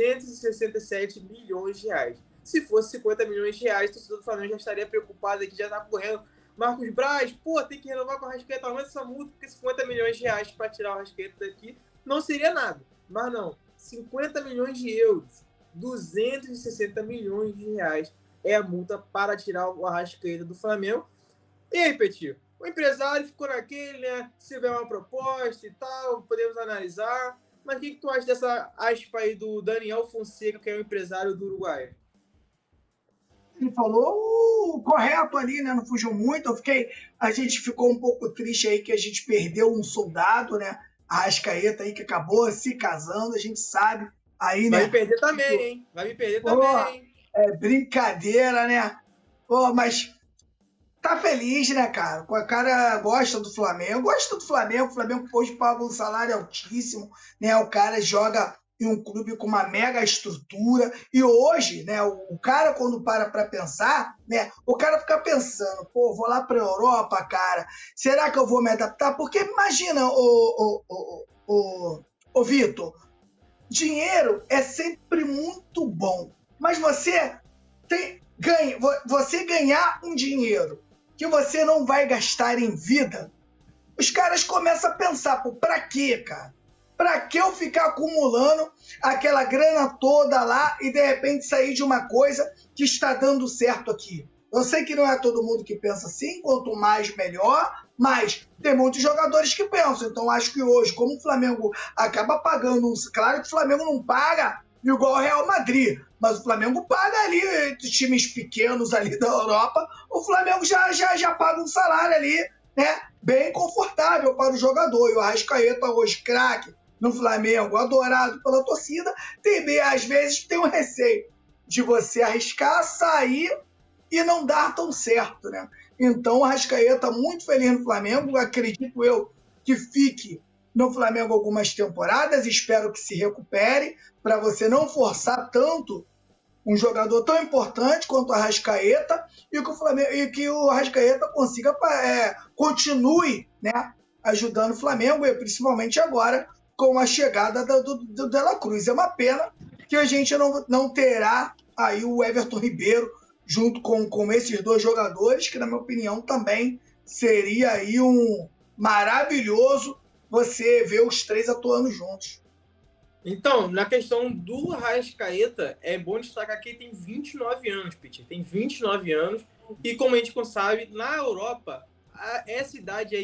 267 milhões de reais. Se fosse 50 milhões de reais, o torcedor do Flamengo já estaria preocupado aqui, já está correndo. Marcos Braz, pô, tem que renovar com o Arrascaeta, aumenta essa multa, porque 50 milhões de reais para tirar o Arrascaeta daqui não seria nada. Mas não, 50 milhões de euros, 260 milhões de reais é a multa para tirar o Arrascaeta do Flamengo. E aí, Petit? O empresário ficou naquele, né? Se tiver uma proposta e tal, podemos analisar. Mas o que tu acha dessa aspa aí do Daniel Fonseca, que é o empresário do Uruguai? Ele falou o correto ali, né? Não fugiu muito. A gente ficou um pouco triste aí que a gente perdeu um soldado, né? A Arrascaeta aí que acabou se casando, a gente sabe. Aí, vai né? Me perder também, hein? Vai me perder também, hein? É brincadeira, né? Pô, mas tá feliz, né, cara? O cara gosta do Flamengo, o Flamengo hoje paga um salário altíssimo, né? O cara joga em um clube com uma mega estrutura, e hoje, né, o cara quando para pensar, né, o cara fica pensando, pô, vou lá pra Europa, cara, será que eu vou me adaptar? Porque imagina, ô Vitor, dinheiro é sempre muito bom, mas você ganhar um dinheiro que você não vai gastar em vida, os caras começam a pensar, pô, pra quê, cara? Pra que eu ficar acumulando aquela grana toda lá e de repente sair de uma coisa que está dando certo aqui? Eu sei que não é todo mundo que pensa assim, quanto mais melhor, mas tem muitos jogadores que pensam. Então acho que hoje, como o Flamengo acaba pagando, claro que o Flamengo não paga igual o Real Madrid, mas o Flamengo paga ali, times pequenos ali da Europa, o Flamengo já paga um salário ali, né, bem confortável para o jogador. E o Arrascaeta hoje, craque no Flamengo, adorado pela torcida, às vezes tem um receio de você arriscar, sair e não dar tão certo, né? Então o Arrascaeta muito feliz no Flamengo, acredito eu que fique no Flamengo algumas temporadas, espero que se recupere, para você não forçar tanto um jogador tão importante quanto o Arrascaeta e que o Arrascaeta consiga continue, né, ajudando o Flamengo, e principalmente agora com a chegada do De La Cruz. É uma pena que a gente não terá aí o Everton Ribeiro junto com esses dois jogadores, que na minha opinião também seria aí um maravilhoso você ver os três atuando juntos. Então, na questão do Arrascaeta, é bom destacar que ele tem 29 anos, Petit. Tem 29 anos. E como a gente sabe, na Europa, essa idade aí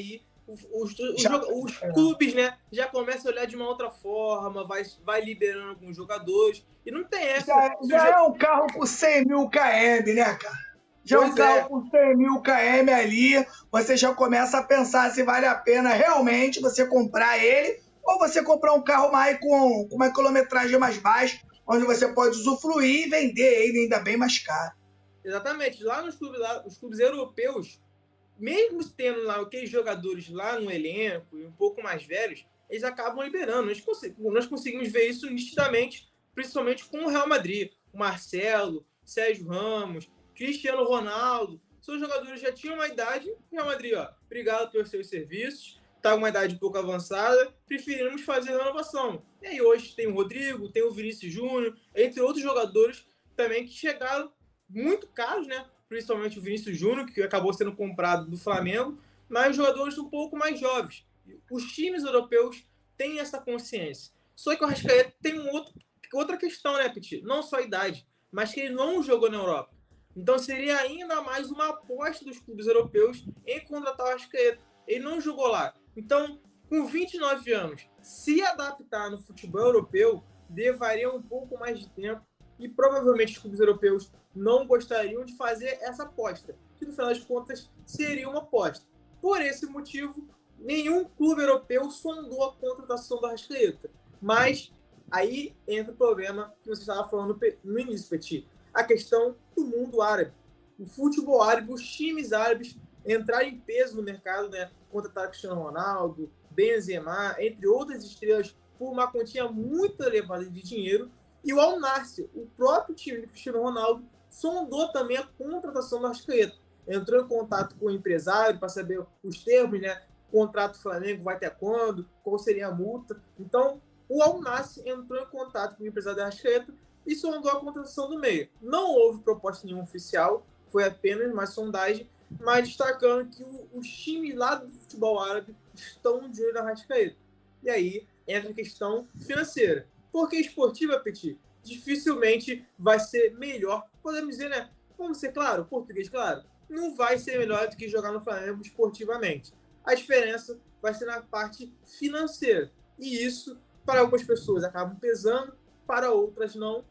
os clubes, né, já começam a olhar de uma outra forma, vai liberando alguns jogadores, e não tem essa. Já é um carro com 100 mil km, né, cara? Já é um carro com 100 mil km ali, você já começa a pensar se vale a pena realmente você comprar ele, ou você comprar um carro mais com uma quilometragem mais baixa, onde você pode usufruir e vender ele ainda bem mais caro. Exatamente. Lá os clubes europeus, mesmo tendo lá aqueles jogadores lá no elenco e um pouco mais velhos, eles acabam liberando. Nós conseguimos ver isso nitidamente, principalmente com o Real Madrid. O Marcelo, Sérgio Ramos, Cristiano Ronaldo. São jogadores que já tinham uma idade. O Real Madrid, ó, obrigado pelos seus serviços. Está com uma idade um pouco avançada. Preferimos fazer a renovação. E aí hoje tem o Rodrigo, tem o Vinícius Júnior, entre outros jogadores também que chegaram muito caros, né? Principalmente o Vinícius Júnior, que acabou sendo comprado do Flamengo, mas jogadores um pouco mais jovens. Os times europeus têm essa consciência. Só que o Arrascaeta tem outra questão, né, Petit? Não só a idade, mas que ele não jogou na Europa. Então seria ainda mais uma aposta dos clubes europeus em contratar o Arrascaeta. Ele não jogou lá. Então, com 29 anos, se adaptar no futebol europeu, levaria um pouco mais de tempo e provavelmente os clubes europeus não gostariam de fazer essa aposta, que no final das contas seria uma aposta. Por esse motivo, nenhum clube europeu sondou a contratação do Arrascaeta. Mas aí entra o problema que você estava falando no início, Petit. A questão do mundo árabe. O futebol árabe, os times árabes entrarem em peso no mercado, né? Contratar Cristiano Ronaldo, Benzema, entre outras estrelas, por uma quantia muito elevada de dinheiro. E o Al Nassr, o próprio time do Cristiano Ronaldo, sondou também a contratação do Arrascaeta. Entrou em contato com o empresário para saber os termos, né? O contrato do Flamengo vai até quando, qual seria a multa. Então, o Al Nassr entrou em contato com o empresário do Arrascaeta e sondou a contratação do meio. Não houve proposta nenhuma oficial, foi apenas uma sondagem, mas destacando que os times lá do futebol árabe estão de olho na Arrascaeta. E aí entra a questão financeira. Porque esportiva, Petit, dificilmente vai ser melhor. Podemos dizer, né? Vamos ser claro, português, claro. Não vai ser melhor do que jogar no Flamengo esportivamente. A diferença vai ser na parte financeira. E isso, para algumas pessoas, acaba pesando, para outras não.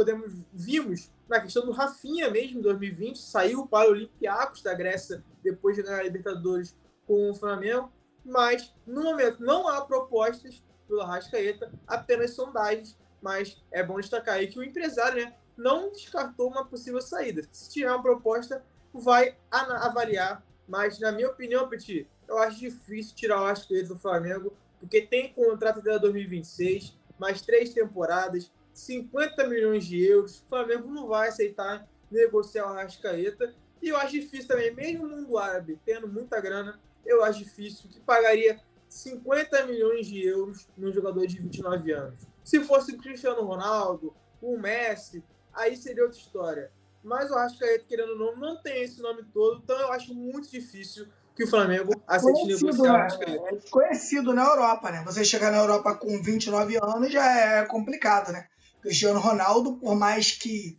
Vimos na questão do Rafinha mesmo, em 2020, saiu para o Olympiacos da Grécia depois de ganhar a Libertadores com o Flamengo. Mas, no momento, não há propostas pelo Arrascaeta, apenas sondagens. Mas é bom destacar aí que o empresário, né, não descartou uma possível saída. Se tiver uma proposta, vai avaliar. Mas, na minha opinião, Petit, eu acho difícil tirar o Arrascaeta do Flamengo, porque tem contrato até 2026, mais 3 temporadas, 50 milhões de euros. O Flamengo não vai aceitar negociar o Arrascaeta. E eu acho difícil também, mesmo o mundo árabe tendo muita grana, eu acho difícil que pagaria 50 milhões de euros num jogador de 29 anos. Se fosse o Cristiano Ronaldo, o Messi, aí seria outra história. Mas o Arrascaeta, querendo ou não, não tem esse nome todo, então eu acho muito difícil que o Flamengo aceite negociar o Arrascaeta. É conhecido na Europa, né? Você chegar na Europa com 29 anos já é complicado, né? Cristiano Ronaldo, por mais que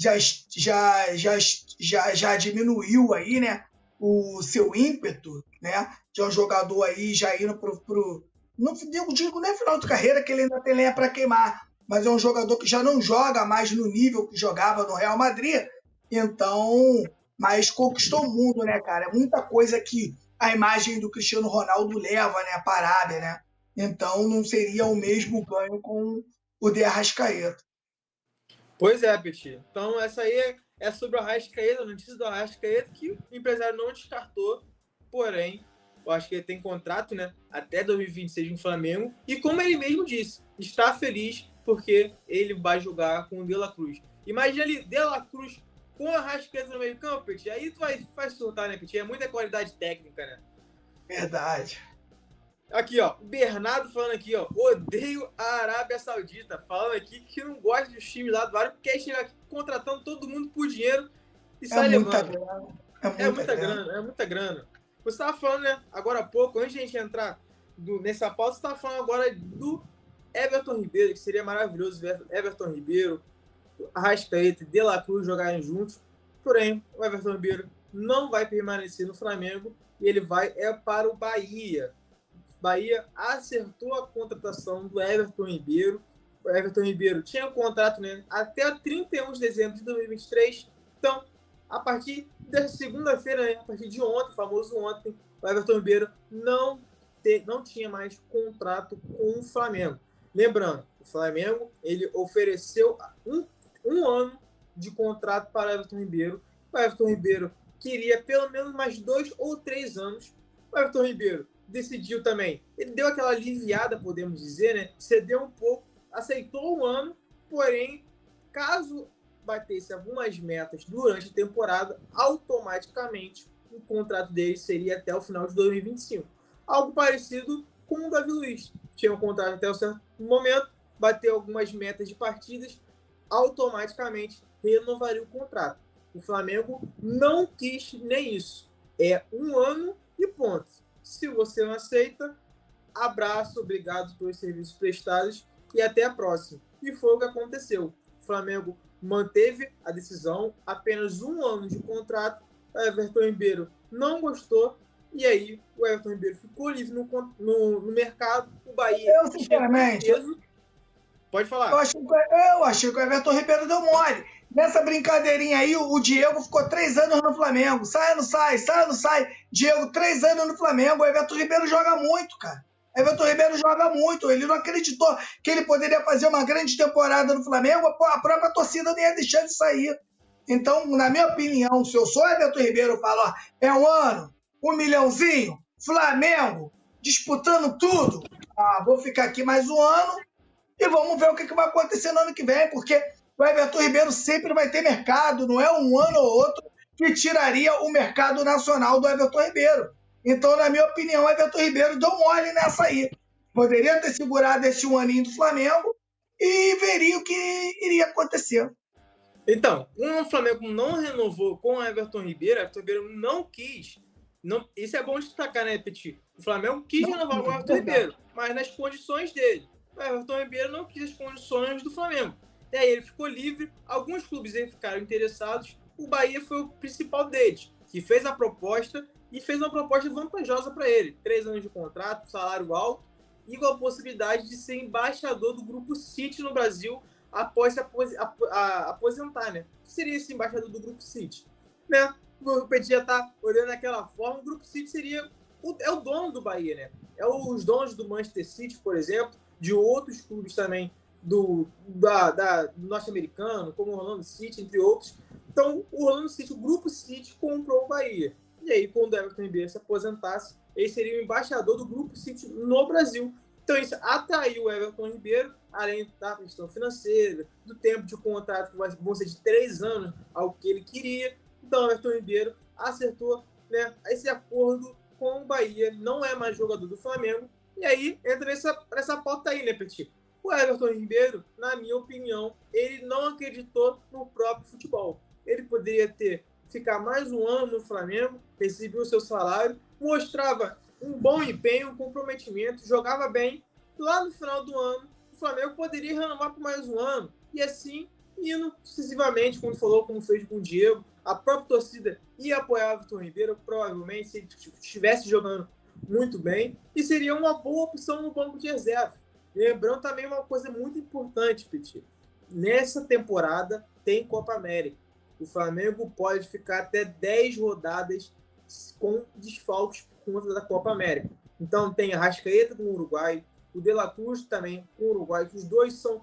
já diminuiu aí, né? O seu ímpeto, né? De um jogador aí já indo pro não digo nem final de carreira, que ele ainda tem lenha para queimar, mas é um jogador que já não joga mais no nível que jogava no Real Madrid, então, mas conquistou o mundo, né, cara? É muita coisa que a imagem do Cristiano Ronaldo leva, né, para a Arábia, né? Então não seria o mesmo ganho com o de Arrascaeta. Pois é, Petit. Então essa aí é sobre o Arrascaeta, a notícia do Arrascaeta, que o empresário não descartou, porém, eu acho que ele tem contrato, né, até 2026 no Flamengo, e como ele mesmo disse, está feliz porque ele vai jogar com o De La Cruz. Imagina ali, De La Cruz com a Arrascaeta no meio campo, Petit, aí tu vai surtar, né, Petit? É muita qualidade técnica, né? Verdade. Aqui, ó, o Bernardo falando aqui, ó, odeio a Arábia Saudita, falando aqui que não gosta dos times lá do Árabe, quer chegar aqui contratando todo mundo por dinheiro e sai levando. É muita grana. Você estava falando, né, agora há pouco, antes de a gente entrar nessa pauta, você estava falando agora do Everton Ribeiro, que seria maravilhoso ver Everton Ribeiro, Arrascaeta e De La Cruz jogarem juntos. Porém, o Everton Ribeiro não vai permanecer no Flamengo e ele vai para o Bahia. Bahia acertou a contratação do Everton Ribeiro. O Everton Ribeiro tinha um contrato, né, até 31 de dezembro de 2023. Então, a partir dessa segunda-feira, né, a partir de ontem, o famoso ontem, o Everton Ribeiro não tinha mais contrato com o Flamengo. Lembrando, o Flamengo ele ofereceu um ano de contrato para o Everton Ribeiro. O Everton Ribeiro queria pelo menos mais 2 ou 3 anos. O Everton Ribeiro decidiu também. Ele deu aquela aliviada, podemos dizer, né? Cedeu um pouco, aceitou o ano, porém, caso batesse algumas metas durante a temporada, automaticamente o contrato dele seria até o final de 2025. Algo parecido com o Davi Luiz. Tinha um contrato até um certo momento, bateu algumas metas de partidas, automaticamente renovaria o contrato. O Flamengo não quis nem isso. É um ano e ponto. Se você não aceita, abraço, obrigado pelos serviços prestados e até a próxima. E foi o que aconteceu. O Flamengo manteve a decisão, apenas um ano de contrato. O Everton Ribeiro não gostou e aí o Everton Ribeiro ficou livre no mercado. O Bahia... Eu, sinceramente... Pode falar. Eu achei que o Everton Ribeiro deu mole. Nessa brincadeirinha aí, o Diego ficou 3 anos no Flamengo. Sai, não sai, sai, não sai. Diego, 3 anos no Flamengo. O Everton Ribeiro joga muito, cara. O Everton Ribeiro joga muito. Ele não acreditou que ele poderia fazer uma grande temporada no Flamengo. A própria torcida não ia deixar de sair. Então, na minha opinião, se eu sou o Everton Ribeiro, eu falo, ó, é um ano, 1 milhãozinho, Flamengo, disputando tudo. Vou ficar aqui mais um ano e vamos ver o que vai acontecer no ano que vem, porque o Everton Ribeiro sempre vai ter mercado, não é um ano ou outro que tiraria o mercado nacional do Everton Ribeiro. Então, na minha opinião, o Everton Ribeiro deu mole nessa aí. Poderia ter segurado esse um aninho do Flamengo e veria o que iria acontecer. Então, o Flamengo não renovou com o Everton Ribeiro não quis. Não, isso é bom destacar, né, Petit? O Flamengo quis renovar com o Everton Ribeiro, mas nas condições dele. O Everton Ribeiro não quis as condições do Flamengo. E aí ele ficou livre, alguns clubes aí ficaram interessados, o Bahia foi o principal deles, que fez a proposta e fez uma proposta vantajosa para ele. 3 anos de contrato, salário alto e com a possibilidade de ser embaixador do Grupo City no Brasil após se aposentar, né? O que seria esse embaixador do Grupo City? Né? O Petit já está olhando daquela forma, o Grupo City seria é o dono do Bahia, né? É os donos do Manchester City, por exemplo, de outros clubes também do norte-americano, como o Orlando City, entre outros. Então, o Orlando City, o Grupo City, comprou o Bahia. E aí, quando o Everton Ribeiro se aposentasse, ele seria o embaixador do Grupo City no Brasil. Então, isso atraiu o Everton Ribeiro, além da questão financeira, do tempo de contrato, que vão ser de 3 anos, ao que ele queria. Então, o Everton Ribeiro acertou, né, esse acordo com o Bahia, não é mais jogador do Flamengo. E aí, entra nessa pauta aí, né, Petit? O Everton Ribeiro, na minha opinião, ele não acreditou no próprio futebol. Ele poderia ficar mais um ano no Flamengo, recebia o seu salário, mostrava um bom empenho, um comprometimento, jogava bem. Lá no final do ano, o Flamengo poderia renovar por mais um ano. E assim, indo sucessivamente, como fez com o Diego, a própria torcida ia apoiar o Everton Ribeiro, provavelmente, se ele estivesse jogando muito bem, e seria uma boa opção no banco de reserva. Lembrando também uma coisa muito importante, Petit. Nessa temporada tem Copa América. O Flamengo pode ficar até 10 rodadas com desfalques por conta da Copa América. Então tem a Arrascaeta com o Uruguai, o De La Cruz também com o Uruguai, que os dois são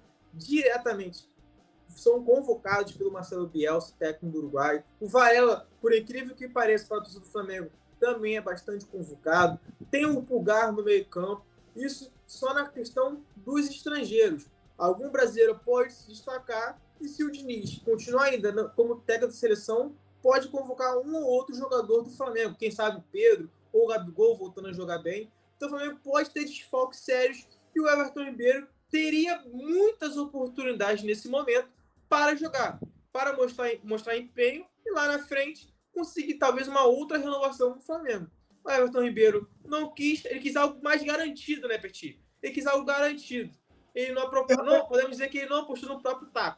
convocados pelo Marcelo Bielsa, técnico do Uruguai. O Varela, por incrível que pareça, para o torcedor do Flamengo, também é bastante convocado. Tem o Pulgar no meio-campo. Isso só na questão dos estrangeiros. Algum brasileiro pode se destacar e se o Diniz continuar ainda como técnico de seleção, pode convocar um ou outro jogador do Flamengo. Quem sabe o Pedro ou o Gabigol voltando a jogar bem. Então o Flamengo pode ter desfalques sérios e o Everton Ribeiro teria muitas oportunidades nesse momento para jogar, para mostrar empenho e lá na frente conseguir talvez uma outra renovação no Flamengo. O Everton Ribeiro não quis, ele quis algo mais garantido, né, Petit? Ele quis algo garantido. Ele não podemos dizer que ele não apostou no próprio taco.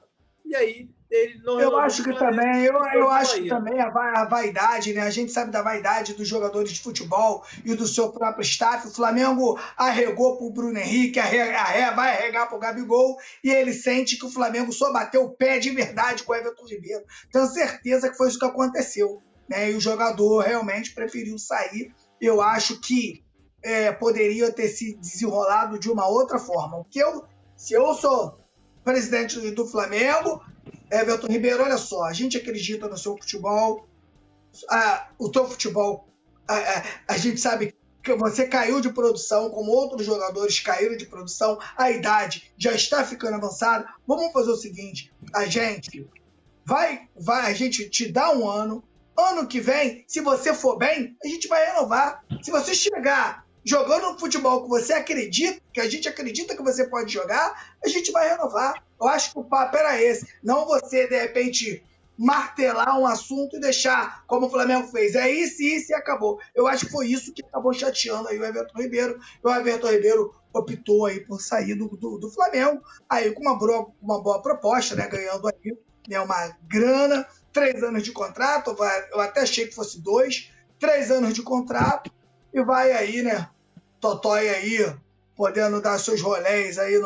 e aí ele não Eu renovou com acho o que Flamengo também, e foi eu pro acho que Bahia. também a vaidade, né? A gente sabe da vaidade dos jogadores de futebol e do seu próprio staff. O Flamengo arregou pro Bruno Henrique, vai arregar pro Gabigol, e ele sente que o Flamengo só bateu o pé de verdade com o Everton Ribeiro. Tenho certeza que foi isso que aconteceu, né? E o jogador realmente preferiu sair. Eu acho que poderia ter se desenrolado de uma outra forma. Se eu sou presidente do Flamengo, Everton Ribeiro, olha só, a gente acredita no seu futebol, o teu futebol, a gente sabe que você caiu de produção, como outros jogadores caíram de produção, a idade já está ficando avançada. Vamos fazer o seguinte, a gente a gente te dá um ano que vem, se você for bem, a gente vai renovar. Se você chegar jogando um futebol que você acredita, que a gente acredita que você pode jogar, a gente vai renovar. Eu acho que o papo era esse. Não você, de repente, martelar um assunto e deixar, como o Flamengo fez. É isso e acabou. Eu acho que foi isso que acabou chateando aí o Everton Ribeiro. E o Everton Ribeiro optou aí por sair do Flamengo, aí com uma boa proposta, né? Ganhando aí, né, uma grana, 3 anos de contrato, eu até achei que fosse 2, 3 anos de contrato, e vai aí, né? Totói aí, podendo dar seus rolês aí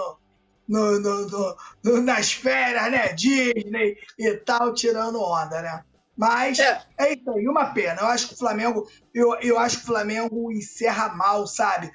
nas férias, né? Disney e tal, tirando onda, né? Mas é isso aí, uma pena. Eu acho que o Flamengo, eu acho que o Flamengo encerra mal, sabe?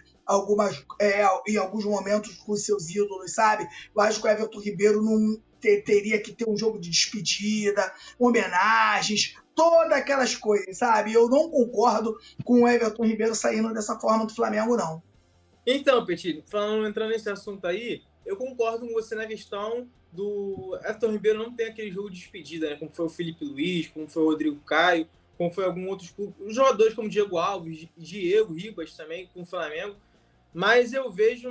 Em alguns momentos com seus ídolos, sabe? Eu acho que o Everton Ribeiro não teria que ter um jogo de despedida, homenagens, todas aquelas coisas, sabe? Eu não concordo com o Everton Ribeiro saindo dessa forma do Flamengo, não. Então, Petit, entrando nesse assunto aí, eu concordo com você na questão do Everton Ribeiro não ter aquele jogo de despedida, né? Como foi o Felipe Luiz, como foi o Rodrigo Caio, como foi alguns outros jogadores como Diego Alves, Diego Ribas também com o Flamengo. Mas eu vejo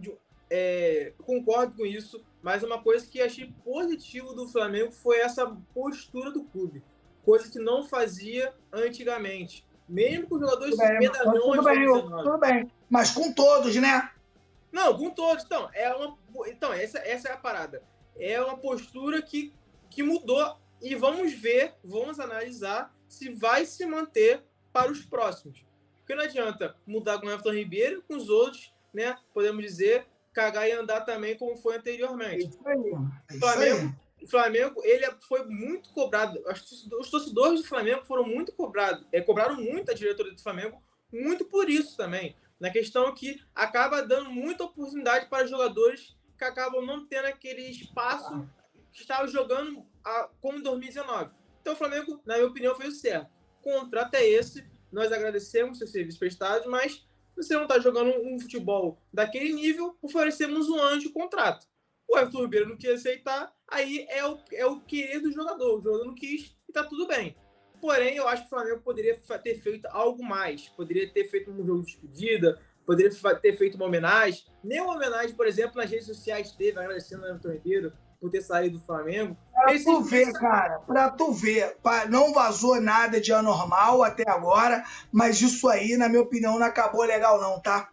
concordo com isso, mas uma coisa que achei positivo do Flamengo foi essa postura do clube, coisa que não fazia antigamente. Mesmo com os jogadores medalhões da 19. Tudo bem, mas com todos, né? Não, com todos. Então essa é a parada. É uma postura que mudou e vamos analisar se vai se manter para os próximos. Porque não adianta mudar com o Everton Ribeiro, com os outros, né? Podemos dizer, cagar e andar também como foi anteriormente. Isso aí. O Flamengo, ele foi muito cobrado. Os torcedores do Flamengo foram muito cobrados. Cobraram muito a diretoria do Flamengo, muito por isso também. Na questão que acaba dando muita oportunidade para jogadores que acabam não tendo aquele espaço que estavam jogando como em 2019. Então o Flamengo, na minha opinião, fez o certo. O contrato é esse, nós agradecemos seus serviços prestados, mas se você não está jogando um futebol daquele nível, oferecemos um ano de contrato. O Everton Ribeiro não quis aceitar, aí é o querer do jogador. O jogador não quis e tá tudo bem. Porém, eu acho que o Flamengo poderia ter feito algo mais. Poderia ter feito um jogo de despedida, poderia ter feito uma homenagem. Nem uma homenagem, por exemplo, nas redes sociais teve, agradecendo o Everton Ribeiro por ter saído do Flamengo. Pra tu ver, cara, pra tu ver. Não vazou nada de anormal até agora, mas isso aí, na minha opinião, não acabou legal não, tá?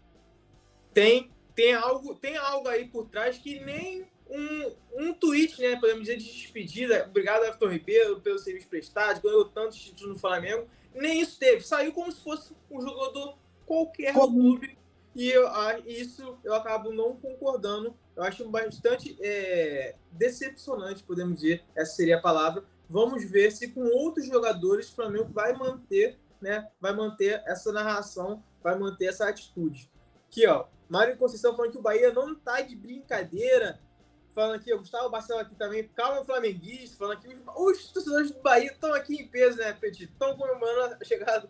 Tem algo aí por trás que nem um tweet, né, podemos dizer, de despedida. Obrigado, Everton Ribeiro, pelo serviço prestado, ganhou tantos títulos no Flamengo. Nem isso teve. Saiu como se fosse um jogador qualquer do clube. E isso eu acabo não concordando. Eu acho bastante decepcionante, podemos dizer. Essa seria a palavra. Vamos ver se com outros jogadores o Flamengo vai manter, né, vai manter essa narração, vai manter essa atitude. Aqui, ó. Mário Conceição falando que o Bahia não tá de brincadeira. Falando aqui, o Gustavo Barcelo aqui também, calma flamenguista, falando que os torcedores do Bahia estão aqui em peso, né, Petit? Estão comemorando a chegada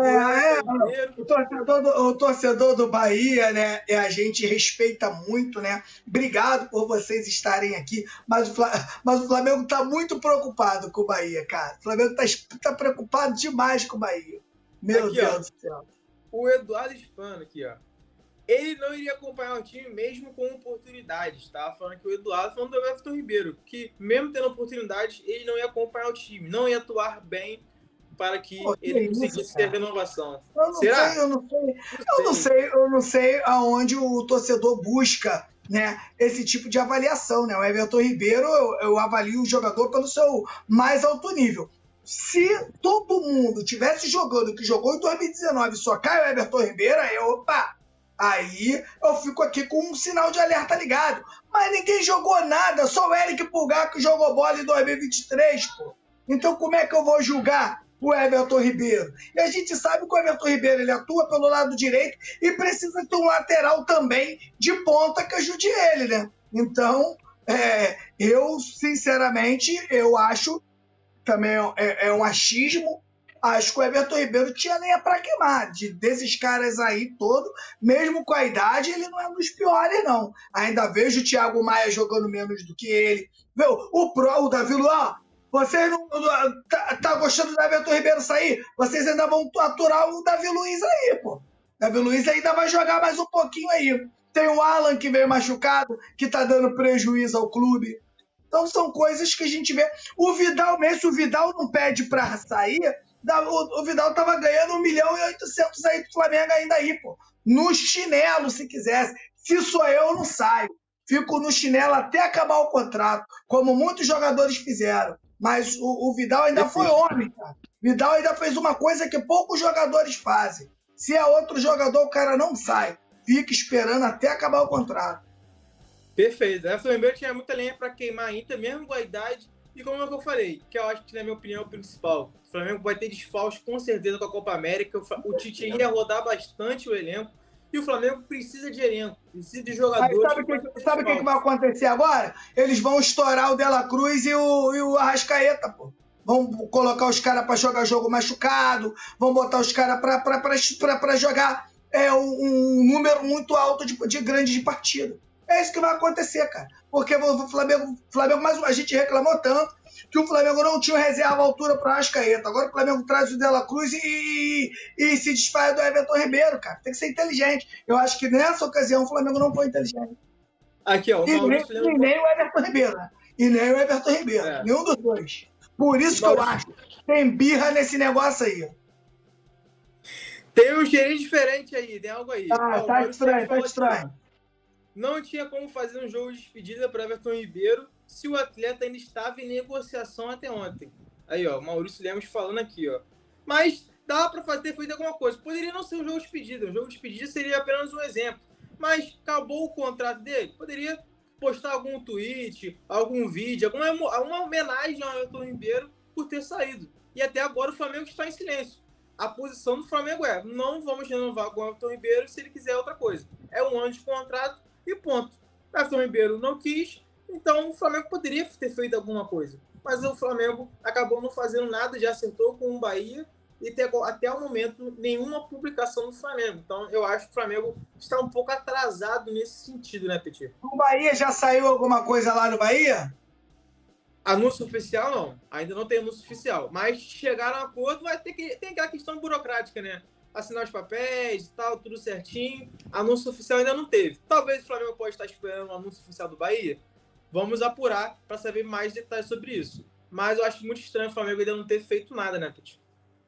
o torcedor do Bahia, né, a gente respeita muito, né? Obrigado por vocês estarem aqui, mas o Flamengo tá muito preocupado com o Bahia, cara. O Flamengo tá preocupado demais com o Bahia. Meu aqui, Deus do céu. O Eduardo Spano aqui, ó. Ele não iria acompanhar o time mesmo com oportunidades, tá? Falando que o Eduardo, falando do Everton Ribeiro, que mesmo tendo oportunidades, ele não ia acompanhar o time, não ia atuar bem para que ele conseguisse ter renovação. Eu não sei aonde o torcedor busca né, esse tipo de avaliação, né? O Everton Ribeiro, eu avalio o jogador pelo seu mais alto nível. Se todo mundo tivesse jogando o que jogou em 2019 e só cai o Everton Ribeiro, aí eu fico aqui com um sinal de alerta ligado. Mas ninguém jogou nada, só o Eric Pulgar que jogou bola em 2023, pô. Então como é que eu vou julgar o Everton Ribeiro? E a gente sabe que o Everton Ribeiro ele atua pelo lado direito e precisa ter um lateral também de ponta que ajude ele, né? Então, eu, sinceramente, eu acho, também é um achismo, acho que o Everton Ribeiro tinha lenha para queimar. Desses caras aí todo, mesmo com a idade, ele não é um dos piores, não. Ainda vejo o Thiago Maia jogando menos do que ele. Meu, o Davi Luan, vocês não tá gostando do Everton Ribeiro sair? Vocês ainda vão aturar o Davi Luiz aí, pô. Davi Luiz ainda vai jogar mais um pouquinho aí. Tem o Alan que veio machucado, que tá dando prejuízo ao clube. Então são coisas que a gente vê. O Vidal mesmo, se o Vidal não pede para sair, o Vidal tava ganhando 1,8 milhão aí pro Flamengo ainda aí, pô. No chinelo, se quisesse. Se sou eu não saio. Fico no chinelo até acabar o contrato, como muitos jogadores fizeram. Mas o Vidal ainda foi homem, cara. Vidal ainda fez uma coisa que poucos jogadores fazem. Se é outro jogador, o cara não sai. Fica esperando até acabar o contrato. Perfeito. O Everton Ribeiro tinha muita lenha para queimar ainda, mesmo com a idade. E como é que eu falei, que eu acho que, na minha opinião, é o principal. O Flamengo vai ter desfalques com certeza com a Copa América. O Tite ia rodar bastante o elenco. E o Flamengo precisa de elenco, precisa de jogadores. Sabe o que vai acontecer agora? Eles vão estourar o De La Cruz e o Arrascaeta, pô. Vão colocar os caras para jogar jogo machucado, vão botar os caras para jogar um número muito alto de grandes de partida. É isso que vai acontecer, cara. Porque o Flamengo, mais a gente reclamou tanto que o Flamengo não tinha reserva à altura para o Arrascaeta. Agora o Flamengo traz o De La Cruz e se desfaz do Everton Ribeiro, cara. Tem que ser inteligente. Eu acho que nessa ocasião o Flamengo não foi inteligente. Aqui, ó. Nem o Everton Ribeiro, né? E nem o Everton Ribeiro. Nenhum dos dois. Por isso que eu acho que tem birra nesse negócio aí. Tem um cheirinho diferente aí, tem algo aí. Tá estranho. Não tinha como fazer um jogo de despedida para Everton Ribeiro se o atleta ainda estava em negociação até ontem. Aí, ó, Maurício Lemos falando aqui, ó. Mas dá para ter feito alguma coisa. Poderia não ser um jogo de despedida. Um jogo de despedida seria apenas um exemplo. Mas acabou o contrato dele. Poderia postar algum tweet, algum vídeo, alguma homenagem ao Everton Ribeiro por ter saído. E até agora o Flamengo está em silêncio. A posição do Flamengo é: não vamos renovar com o Everton Ribeiro se ele quiser outra coisa. É um ano de contrato e ponto. O Everton Ribeiro não quis, então o Flamengo poderia ter feito alguma coisa. Mas o Flamengo acabou não fazendo nada, já acertou com o Bahia e até o momento nenhuma publicação do Flamengo. Então eu acho que o Flamengo está um pouco atrasado nesse sentido, né, Petit? O Bahia já saiu alguma coisa lá no Bahia? Anúncio oficial não, ainda não tem anúncio oficial, mas chegaram a acordo, tem aquela questão burocrática, né? Assinar os papéis e tal, tudo certinho. Anúncio oficial ainda não teve. Talvez o Flamengo pode estar esperando o anúncio oficial do Bahia. Vamos apurar para saber mais detalhes sobre isso. Mas eu acho muito estranho o Flamengo ainda não ter feito nada, né, Petit?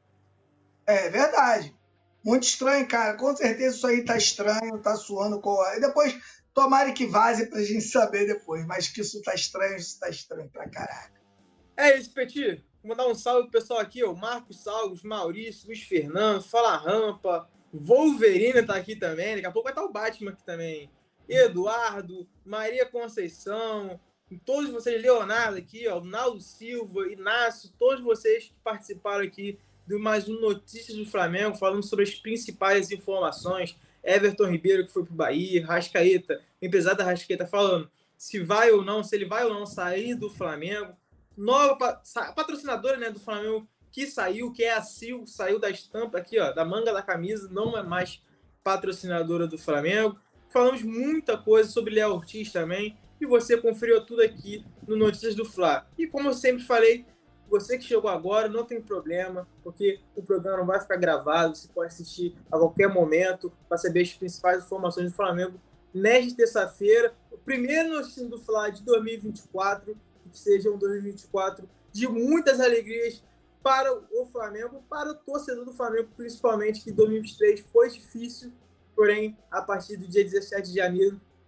É verdade. Muito estranho, cara. Com certeza isso aí tá estranho, tá suando. E depois, tomara que vaze pra gente saber depois. Mas que isso tá estranho pra caraca. É isso, Petit. Vou mandar um salve pro pessoal aqui, ó. Marcos Salves, Maurício, Luiz Fernando, Fala Rampa, Wolverine tá aqui também. Daqui a pouco vai estar o Batman aqui também. Eduardo, Maria Conceição, todos vocês, Leonardo aqui, ó, Naldo Silva, Inácio, todos vocês que participaram aqui de mais um Notícias do Flamengo, falando sobre as principais informações. Everton Ribeiro, que foi pro Bahia, Rascaeta, o empresário da Rascaeta falando se ele vai ou não sair do Flamengo. Nova patrocinadora, né, do Flamengo que saiu, que é a Sil, saiu da estampa aqui, ó, da manga da camisa, não é mais patrocinadora do Flamengo. Falamos muita coisa sobre Léo Ortiz também, e você conferiu tudo aqui no Notícias do Fla. E como eu sempre falei, você que chegou agora, não tem problema, porque o programa vai ficar gravado, você pode assistir a qualquer momento para saber as principais informações do Flamengo nesta terça-feira, o primeiro Notícias do Fla de 2024, que seja um 2024 de muitas alegrias para o Flamengo, para o torcedor do Flamengo, principalmente, que 2023 foi difícil, porém, a partir do dia 17 de janeiro,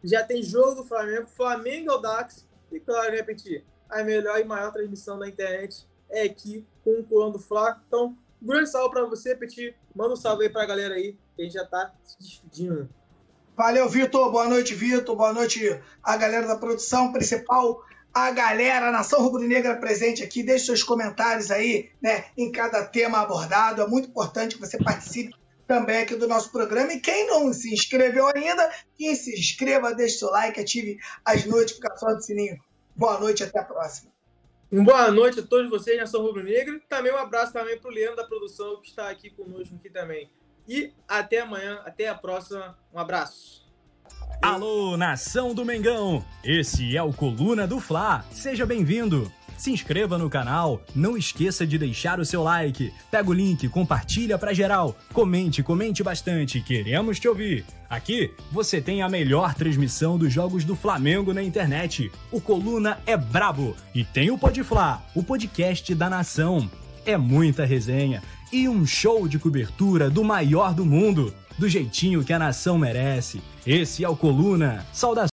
já tem jogo do Flamengo, Flamengo e Audax, e claro, repetir, a melhor e maior transmissão da internet é aqui com o Coluna do Fla. Então, grande salve para você, Petit. Manda um salve aí pra galera aí, que a gente já tá se despedindo. Valeu, Vitor. Boa noite, Vitor. Boa noite a galera da produção principal, a galera, a Nação Rubro-Negra presente aqui. Deixe seus comentários aí, né, em cada tema abordado. É muito importante que você participe também aqui do nosso programa. E quem não se inscreveu ainda, que se inscreva, deixe seu like, ative as notificações do sininho. Boa noite, até a próxima. Boa noite a todos vocês, Nação Rubro-Negra. Também um abraço também pro Leandro da produção, que está aqui conosco aqui também. E até amanhã, até a próxima. Um abraço. Alô, Nação do Mengão! Esse é o Coluna do Fla. Seja bem-vindo! Se inscreva no canal, não esqueça de deixar o seu like. Pega o link, compartilha pra geral. Comente bastante, queremos te ouvir. Aqui você tem a melhor transmissão dos jogos do Flamengo na internet. O Coluna é brabo e tem o Podfla, o podcast da nação. É muita resenha e um show de cobertura do maior do mundo, do jeitinho que a nação merece. Esse é o Coluna. Saudações!